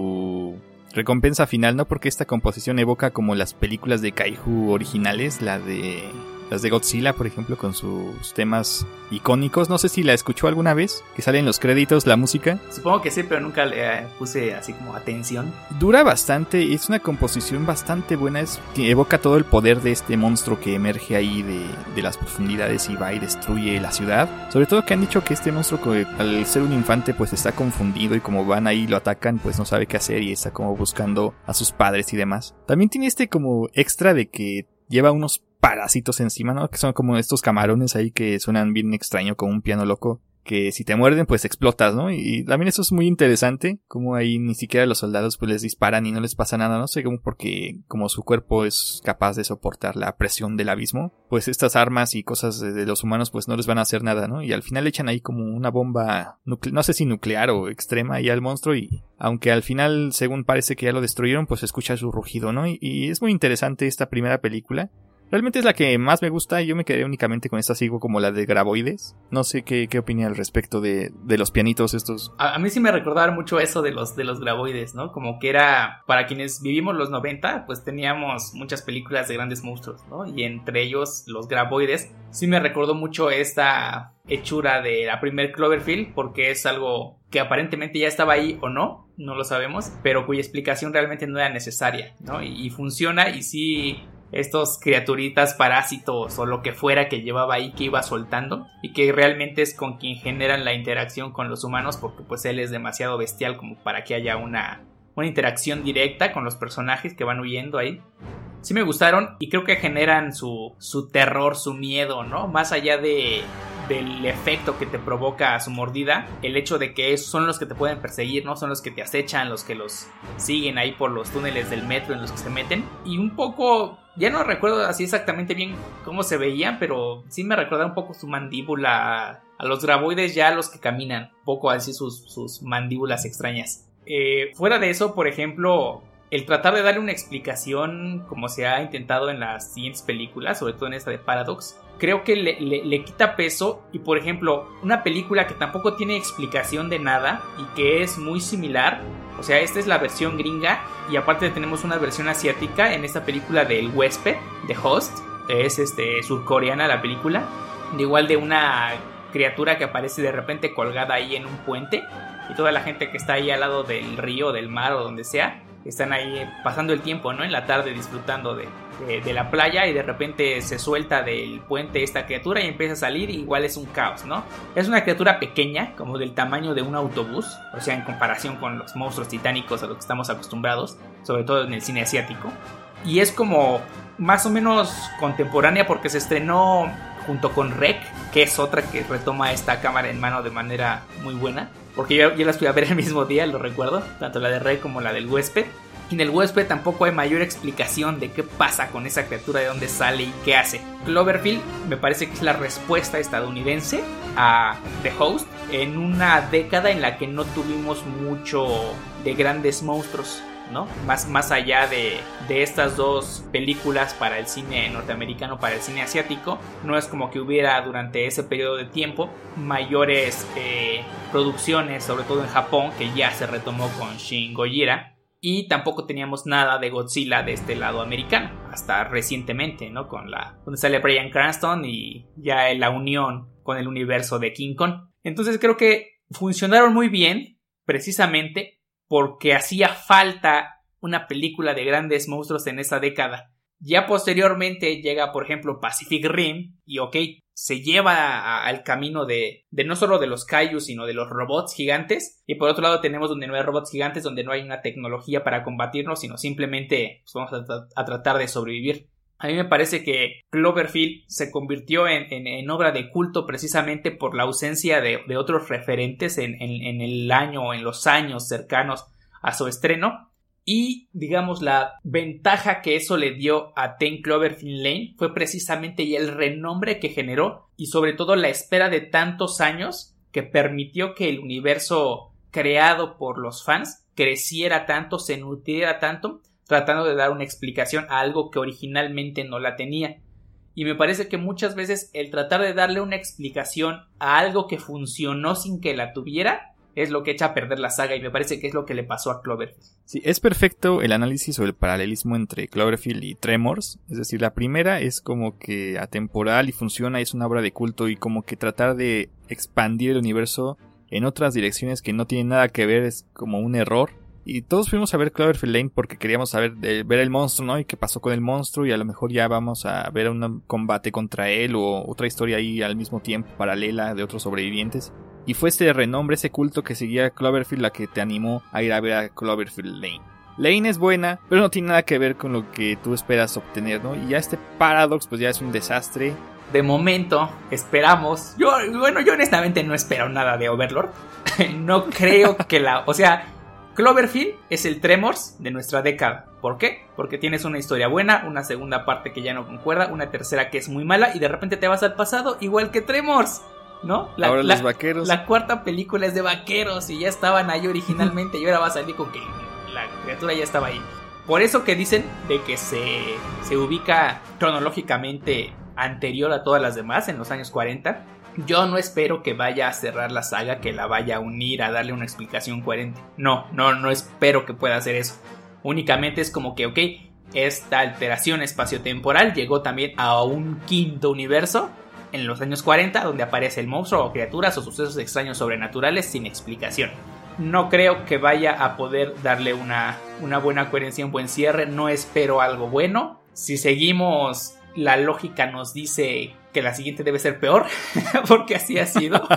su recompensa final, ¿no? Porque esta composición evoca como las películas de Kaiju originales, la de... las de Godzilla, por ejemplo, con sus temas icónicos. No sé si la escuchó alguna vez, que sale en los créditos la música. Supongo que sí, pero nunca le puse así como atención. Dura bastante, es una composición bastante buena, es, que evoca todo el poder de este monstruo que emerge ahí de, de las profundidades y va y destruye la ciudad. Sobre todo que han dicho que este monstruo, al ser un infante, pues está confundido y como van ahí y lo atacan, pues no sabe qué hacer y está como buscando a sus padres y demás. También tiene este como extra de que lleva unos parásitos encima, ¿no? Que son como estos camarones ahí que suenan bien extraño, como un piano loco, que si te muerden pues explotas, ¿no? Y también eso es muy interesante, como ahí ni siquiera los soldados pues les disparan y no les pasa nada, no sé, como porque como su cuerpo es capaz de soportar la presión del abismo, pues estas armas y cosas de, de los humanos pues no les van a hacer nada, ¿no? Y al final echan ahí como una bomba, nucle- no sé si nuclear o extrema ahí al monstruo y aunque al final según parece que ya lo destruyeron pues escucha su rugido, ¿no? Y, y es muy interesante esta primera película. Realmente es la que más me gusta y yo me quedé únicamente con esta, sigo como la de Graboides. No sé qué, qué opina al respecto de, de los pianitos estos. A, a mí sí me recordaba mucho eso de los, de los Graboides, ¿no? Como que era, para quienes vivimos los noventa, pues teníamos muchas películas de grandes monstruos, ¿no? Y entre ellos los Graboides. Sí me recordó mucho esta hechura de la primer Cloverfield, porque es algo que aparentemente ya estaba ahí o no, no lo sabemos, pero cuya explicación realmente no era necesaria, ¿no? Y, y funciona, y sí, estos criaturitas parásitos o lo que fuera que llevaba ahí, que iba soltando, y que realmente es con quien generan la interacción con los humanos, porque pues él es demasiado bestial como para que haya una, una interacción directa con los personajes que van huyendo ahí. Sí me gustaron y creo que generan su, su terror, su miedo, ¿no? Más allá de, del efecto que te provoca su mordida, el hecho de que son los que te pueden perseguir, ¿no? Son los que te acechan, los que los siguen ahí por los túneles del metro en los que se meten. Y un poco, ya no recuerdo así exactamente bien cómo se veían, pero sí me recuerda un poco su mandíbula a, a los Graboides, ya los que caminan, un poco así sus, sus mandíbulas extrañas. Eh, fuera de eso, por ejemplo, el tratar de darle una explicación como se ha intentado en las siguientes películas, sobre todo en esta de Paradox, creo que le, le, le quita peso. Y por ejemplo, una película que tampoco tiene explicación de nada y que es muy similar, o sea, esta es la versión gringa y aparte tenemos una versión asiática en esta película del huésped, de Host, es este, surcoreana la película, de igual de una criatura que aparece de repente colgada ahí en un puente y toda la gente que está ahí al lado del río, del mar o donde sea, están ahí pasando el tiempo, ¿no? En la tarde disfrutando de, de, de la playa y de repente se suelta del puente esta criatura y empieza a salir y igual es un caos, ¿no? Es una criatura pequeña, como del tamaño de un autobús, o sea, en comparación con los monstruos titánicos a los que estamos acostumbrados, sobre todo en el cine asiático. Y es como más o menos contemporánea porque se estrenó junto con Rec, que es otra que retoma esta cámara en mano de manera muy buena. Porque yo, yo las fui a ver el mismo día, lo recuerdo, tanto la de Rey como la del huésped. Y en el huésped tampoco hay mayor explicación de qué pasa con esa criatura, de dónde sale y qué hace. Cloverfield me parece que es la respuesta estadounidense a The Host en una década en la que no tuvimos mucho de grandes monstruos, ¿no? Más, más allá de, de estas dos películas para el cine norteamericano, para el cine asiático, no es como que hubiera durante ese periodo de tiempo mayores eh, producciones, sobre todo en Japón, que ya se retomó con Shin Gojira, y tampoco teníamos nada de Godzilla de este lado americano, hasta recientemente, ¿no? Con la, donde sale Bryan Cranston y ya la unión con el universo de King Kong. Entonces creo que funcionaron muy bien, precisamente porque hacía falta una película de grandes monstruos en esa década. Ya posteriormente llega, por ejemplo, Pacific Rim y ok, se lleva al camino de, de no solo de los kaijus, sino de los robots gigantes. Y por otro lado tenemos donde no hay robots gigantes, donde no hay una tecnología para combatirnos, sino simplemente pues, vamos a, tra- a tratar de sobrevivir. A mí me parece que Cloverfield se convirtió en, en, en obra de culto precisamente por la ausencia de, de otros referentes en, en, en el año, en los años cercanos a su estreno. Y, digamos, la ventaja que eso le dio a Ten Cloverfield Lane fue precisamente ya el renombre que generó y sobre todo la espera de tantos años que permitió que el universo creado por los fans creciera tanto, se nutriera tanto, tratando de dar una explicación a algo que originalmente no la tenía. Y me parece que muchas veces el tratar de darle una explicación a algo que funcionó sin que la tuviera es lo que echa a perder la saga, y me parece que es lo que le pasó a Cloverfield. Sí, es perfecto el análisis sobre el paralelismo entre Cloverfield y Tremors. Es decir, la primera es como que atemporal y funciona, y es una obra de culto, y como que tratar de expandir el universo en otras direcciones que no tienen nada que ver es como un error. Y todos fuimos a ver Cloverfield Lane porque queríamos saber de, ver el monstruo, ¿no? Y qué pasó con el monstruo, y a lo mejor ya vamos a ver un combate contra él o otra historia ahí al mismo tiempo paralela de otros sobrevivientes. Y fue ese renombre, ese culto que seguía Cloverfield la que te animó a ir a ver a Cloverfield Lane. Lane es buena, pero no tiene nada que ver con lo que tú esperas obtener, ¿no? Y ya este Paradox pues ya es un desastre. De momento, esperamos. Yo, bueno, yo honestamente no espero nada de Overlord. No creo que la... O sea, Cloverfield es el Tremors de nuestra década. ¿Por qué? Porque tienes una historia buena, una segunda parte que ya no concuerda, una tercera que es muy mala, y de repente te vas al pasado igual que Tremors, ¿no? La, ahora la, los vaqueros. La cuarta película es de vaqueros y ya estaban ahí originalmente y ahora va a salir con que la criatura ya estaba ahí. por eso que dicen de que se, se ubica cronológicamente anterior a todas las demás, en los años cuarenta, yo no espero que vaya a cerrar la saga, que la vaya a unir, a darle una explicación coherente. No, no, no espero que pueda hacer eso. Únicamente es como que, ok, esta alteración espaciotemporal llegó también a un quinto universo en los años cuarenta, donde aparece el monstruo o criaturas o sucesos extraños sobrenaturales sin explicación. No creo que vaya a poder darle una, una buena coherencia, un buen cierre. No espero algo bueno. Si seguimos, la lógica nos dice que la siguiente debe ser peor, porque así ha sido.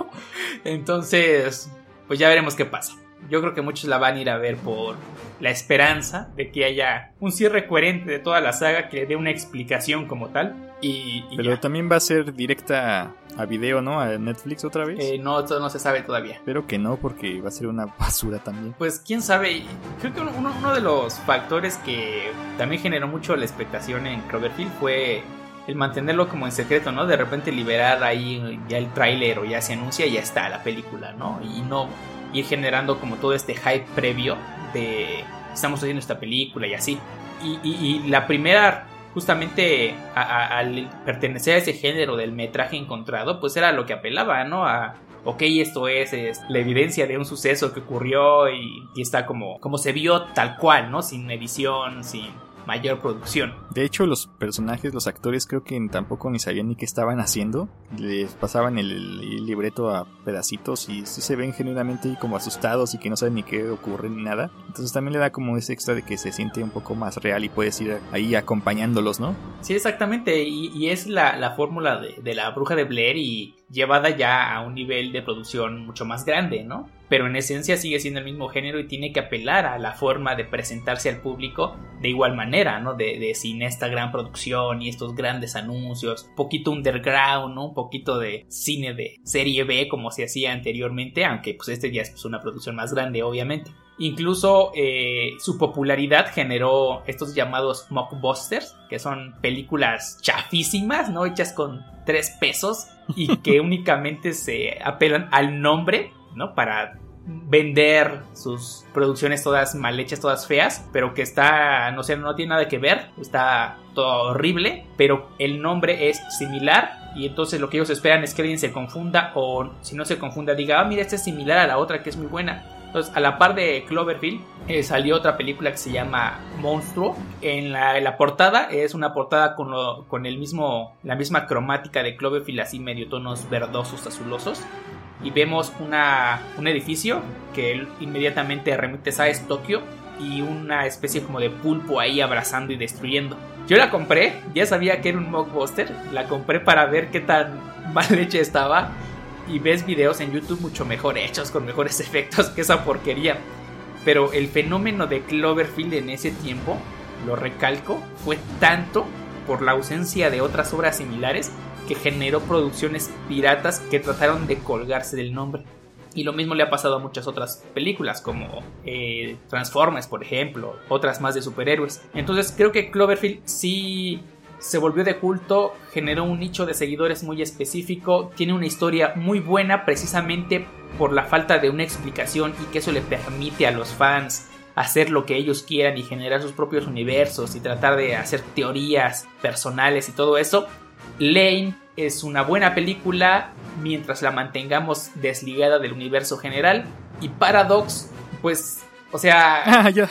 Entonces, pues ya veremos qué pasa. Yo creo que muchos la van a ir a ver por la esperanza de que haya un cierre coherente de toda la saga, que dé una explicación como tal. Y, y Pero ya. también va a ser directa a video, ¿no? A Netflix otra vez. Eh, no, eso no se sabe todavía. Espero que no, porque va a ser una basura también. Pues quién sabe. Creo que uno, uno de los factores que también generó mucho la expectación en Cloverfield fue el mantenerlo como en secreto, ¿no? De repente liberar ahí ya el tráiler o ya se anuncia y ya está la película, ¿no? Y no ir generando como todo este hype previo de estamos haciendo esta película y así. Y, y, y la primera, justamente a, a, al pertenecer a ese género del metraje encontrado, pues era lo que apelaba, ¿no? A, ok, esto es, es la evidencia de un suceso que ocurrió y, y está como, como se vio tal cual, ¿no? Sin edición, sin mayor producción. De hecho, los personajes, los actores, creo que tampoco ni sabían ni qué estaban haciendo. Les pasaban el, el libreto a pedacitos y sí se ven genuinamente como asustados y que no saben ni qué ocurre ni nada. Entonces también le da como ese extra de que se siente un poco más real y puedes ir ahí acompañándolos, ¿no? Sí, exactamente. Y, y es la, la fórmula de, de la Bruja de Blair y llevada ya a un nivel de producción mucho más grande, ¿no? Pero en esencia sigue siendo el mismo género y tiene que apelar a la forma de presentarse al público de igual manera, ¿no? De, de sin esta gran producción y estos grandes anuncios, un poquito underground, ¿no? Un poquito de cine de serie B como se hacía anteriormente, aunque pues este ya es pues, una producción más grande, obviamente. Incluso eh, su popularidad generó estos llamados mockbusters, que son películas chafísimas, ¿no? Hechas con tres pesos y que únicamente se apelan al nombre, ¿no? Para vender sus producciones todas mal hechas, todas feas, pero que está, no sé, no tiene nada que ver, está todo horrible, pero el nombre es similar y entonces lo que ellos esperan es que alguien se confunda o si no se confunda diga, ah, mira, esta es similar a la otra que es muy buena. Entonces, a la par de Cloverfield, eh, salió otra película que se llama Monstruo. En la, en la portada es una portada con, lo, con el mismo, la misma cromática de Cloverfield, así medio tonos verdosos, azulosos. Y vemos una, un edificio que inmediatamente remite a es Tokio y una especie como de pulpo ahí abrazando y destruyendo. Yo la compré, ya sabía que era un mockbuster, la compré para ver qué tan mal hecha estaba. Y ves videos en YouTube mucho mejor hechos, con mejores efectos que esa porquería. Pero el fenómeno de Cloverfield en ese tiempo, lo recalco, fue tanto por la ausencia de otras obras similares que generó producciones piratas que trataron de colgarse del nombre. Y lo mismo le ha pasado a muchas otras películas como eh, Transformers, por ejemplo, otras más de superhéroes. Entonces creo que Cloverfield sí se volvió de culto, generó un nicho de seguidores muy específico, tiene una historia muy buena precisamente por la falta de una explicación y que eso le permite a los fans hacer lo que ellos quieran y generar sus propios universos y tratar de hacer teorías personales y todo eso. Lane es una buena película mientras la mantengamos desligada del universo general y Paradox, pues, o sea... Ah, ya.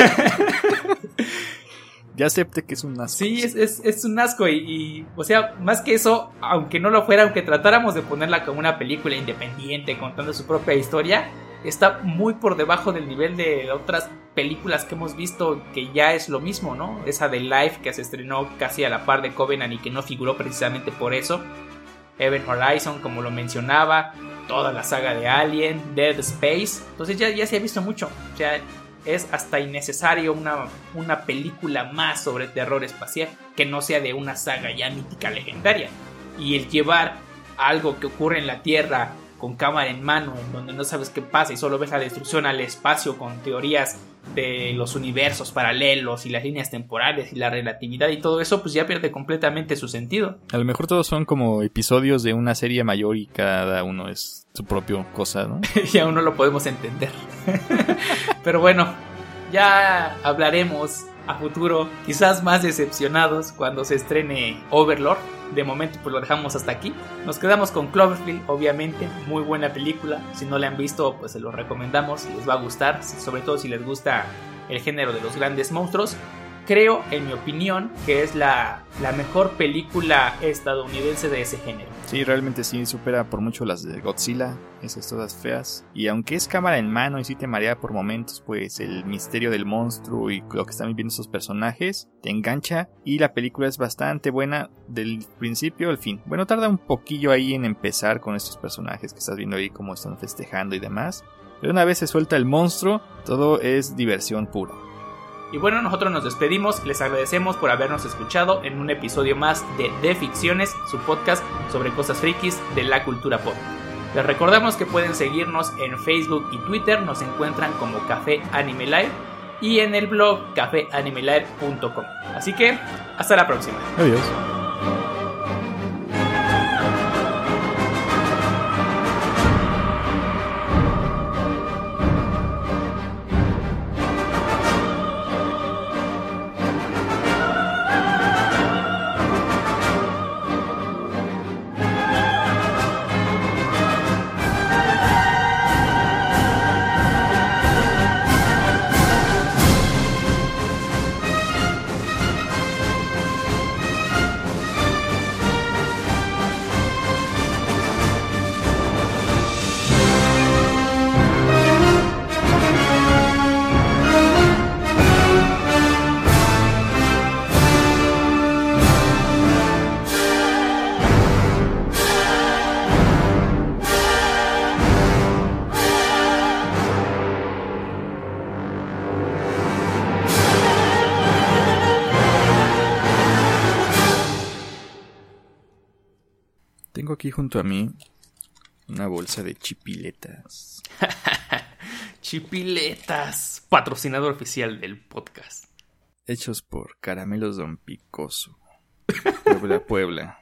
Ya acepte que es un asco. Sí, es, es, es un asco y, y, o sea, más que eso, aunque no lo fuera, aunque tratáramos de ponerla como una película independiente, contando su propia historia, está muy por debajo del nivel de otras películas que hemos visto, que ya es lo mismo, ¿no? Esa de Life, que se estrenó casi a la par de Covenant y que no figuró precisamente por eso. Event Horizon, como lo mencionaba, toda la saga de Alien, Dead Space, entonces ya, ya se ha visto mucho, o sea... Es hasta innecesario una, una película más sobre terror espacial que no sea de una saga ya mítica legendaria. Y el llevar algo que ocurre en la Tierra con cámara en mano, en donde no sabes qué pasa y solo ves la destrucción al espacio con teorías de los universos paralelos y las líneas temporales y la relatividad y todo eso, pues ya pierde completamente su sentido. A lo mejor todos son como episodios de una serie mayor y cada uno es su propia cosa, ¿no? Y aún no lo podemos entender. Pero bueno, ya hablaremos a futuro, quizás más decepcionados cuando se estrene Overlord. De momento pues lo dejamos hasta aquí. Nos quedamos con Cloverfield, obviamente, muy buena película. Si no la han visto, pues se los recomendamos, les va a gustar, sobre todo si les gusta el género de los grandes monstruos. Creo, en mi opinión, que es la, la mejor película estadounidense de ese género. Sí, realmente sí, supera por mucho las de Godzilla, esas todas feas. Y aunque es cámara en mano y sí te marea por momentos, pues el misterio del monstruo y lo que están viviendo esos personajes te engancha. Y la película es bastante buena del principio al fin. Bueno, tarda un poquillo ahí en empezar con estos personajes que estás viendo ahí, cómo están festejando y demás. Pero una vez se suelta el monstruo, todo es diversión pura. Y bueno, nosotros nos despedimos, les agradecemos por habernos escuchado en un episodio más de De Ficciones, su podcast sobre cosas frikis de la cultura pop. Les recordamos que pueden seguirnos en Facebook y Twitter, nos encuentran como Café Anime Live y en el blog café anime live punto com. Así que, hasta la próxima. Adiós. Tengo aquí junto a mí una bolsa de chipiletas. Chipiletas, patrocinador oficial del podcast. Hechos por Caramelos Don Picoso. Puebla, Puebla.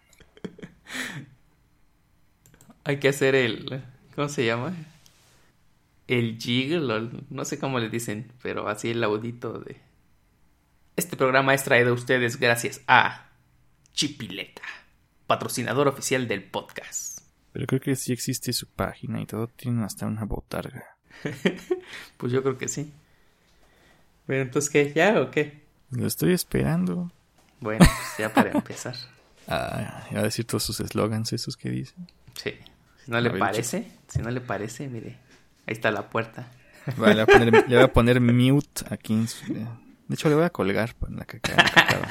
Hay que hacer el... ¿Cómo se llama? El jiggle, o no sé cómo le dicen, pero así el audito de... Este programa es traído a ustedes gracias a Chipileta, patrocinador oficial del podcast. Pero creo que sí existe su página y todo, tienen hasta una botarga. Pues yo creo que sí. Pero entonces, ¿qué? ¿Ya o qué? Lo estoy esperando. Bueno, pues ya para empezar. Ah, iba a decir todos sus eslogans esos que dicen. Sí. Si no le ver, parece, chico. si no le parece, mire, ahí está la puerta. Vale, le voy a poner, le voy a poner mute aquí en su... De hecho, le voy a colgar en la que acaba.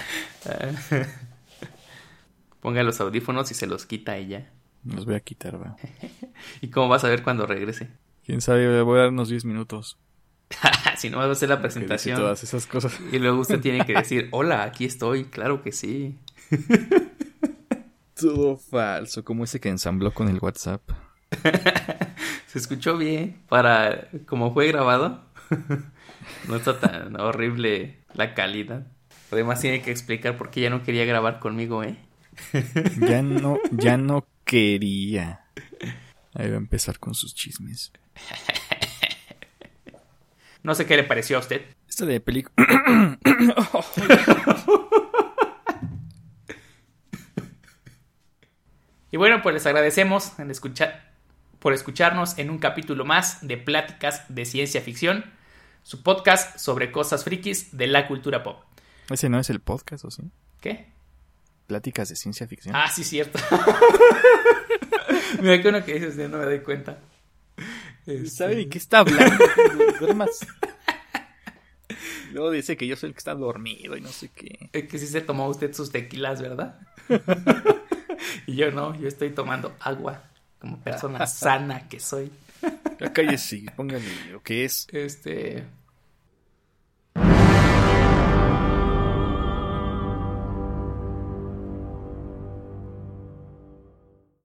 Ponga los audífonos y se los quita ella. Los voy a quitar, va. ¿Y cómo vas a ver cuando regrese? Quién sabe, le voy a dar unos diez minutos. Si no vas a hacer la presentación. Todas esas cosas. Y luego usted tiene que decir, hola, aquí estoy, claro que sí. Todo falso, como ese que ensambló con el WhatsApp. Se escuchó bien. Para como fue grabado, no está tan horrible la calidad. Además tiene que explicar por qué ya no quería grabar conmigo, ¿eh? Ya no, ya no quería. Ahí va a empezar con sus chismes. No sé qué le pareció a usted. Esto de película... Y bueno, pues les agradecemos en escuchar, por escucharnos en un capítulo más de Pláticas de Ciencia Ficción, su podcast sobre cosas frikis de la cultura pop. ¿Ese no es el podcast, o sí? ¿Qué? Pláticas de Ciencia Ficción. Ah, sí, cierto. Mira que uno que dices, no me doy cuenta. Este... ¿Sabe de qué está hablando? Duermas. Luego dice que yo soy el que está dormido y no sé qué. Es que sí se tomó usted sus tequilas, ¿verdad? Y yo no, yo estoy tomando agua como persona sana que soy. Ya cállese, póngale lo que es. Este...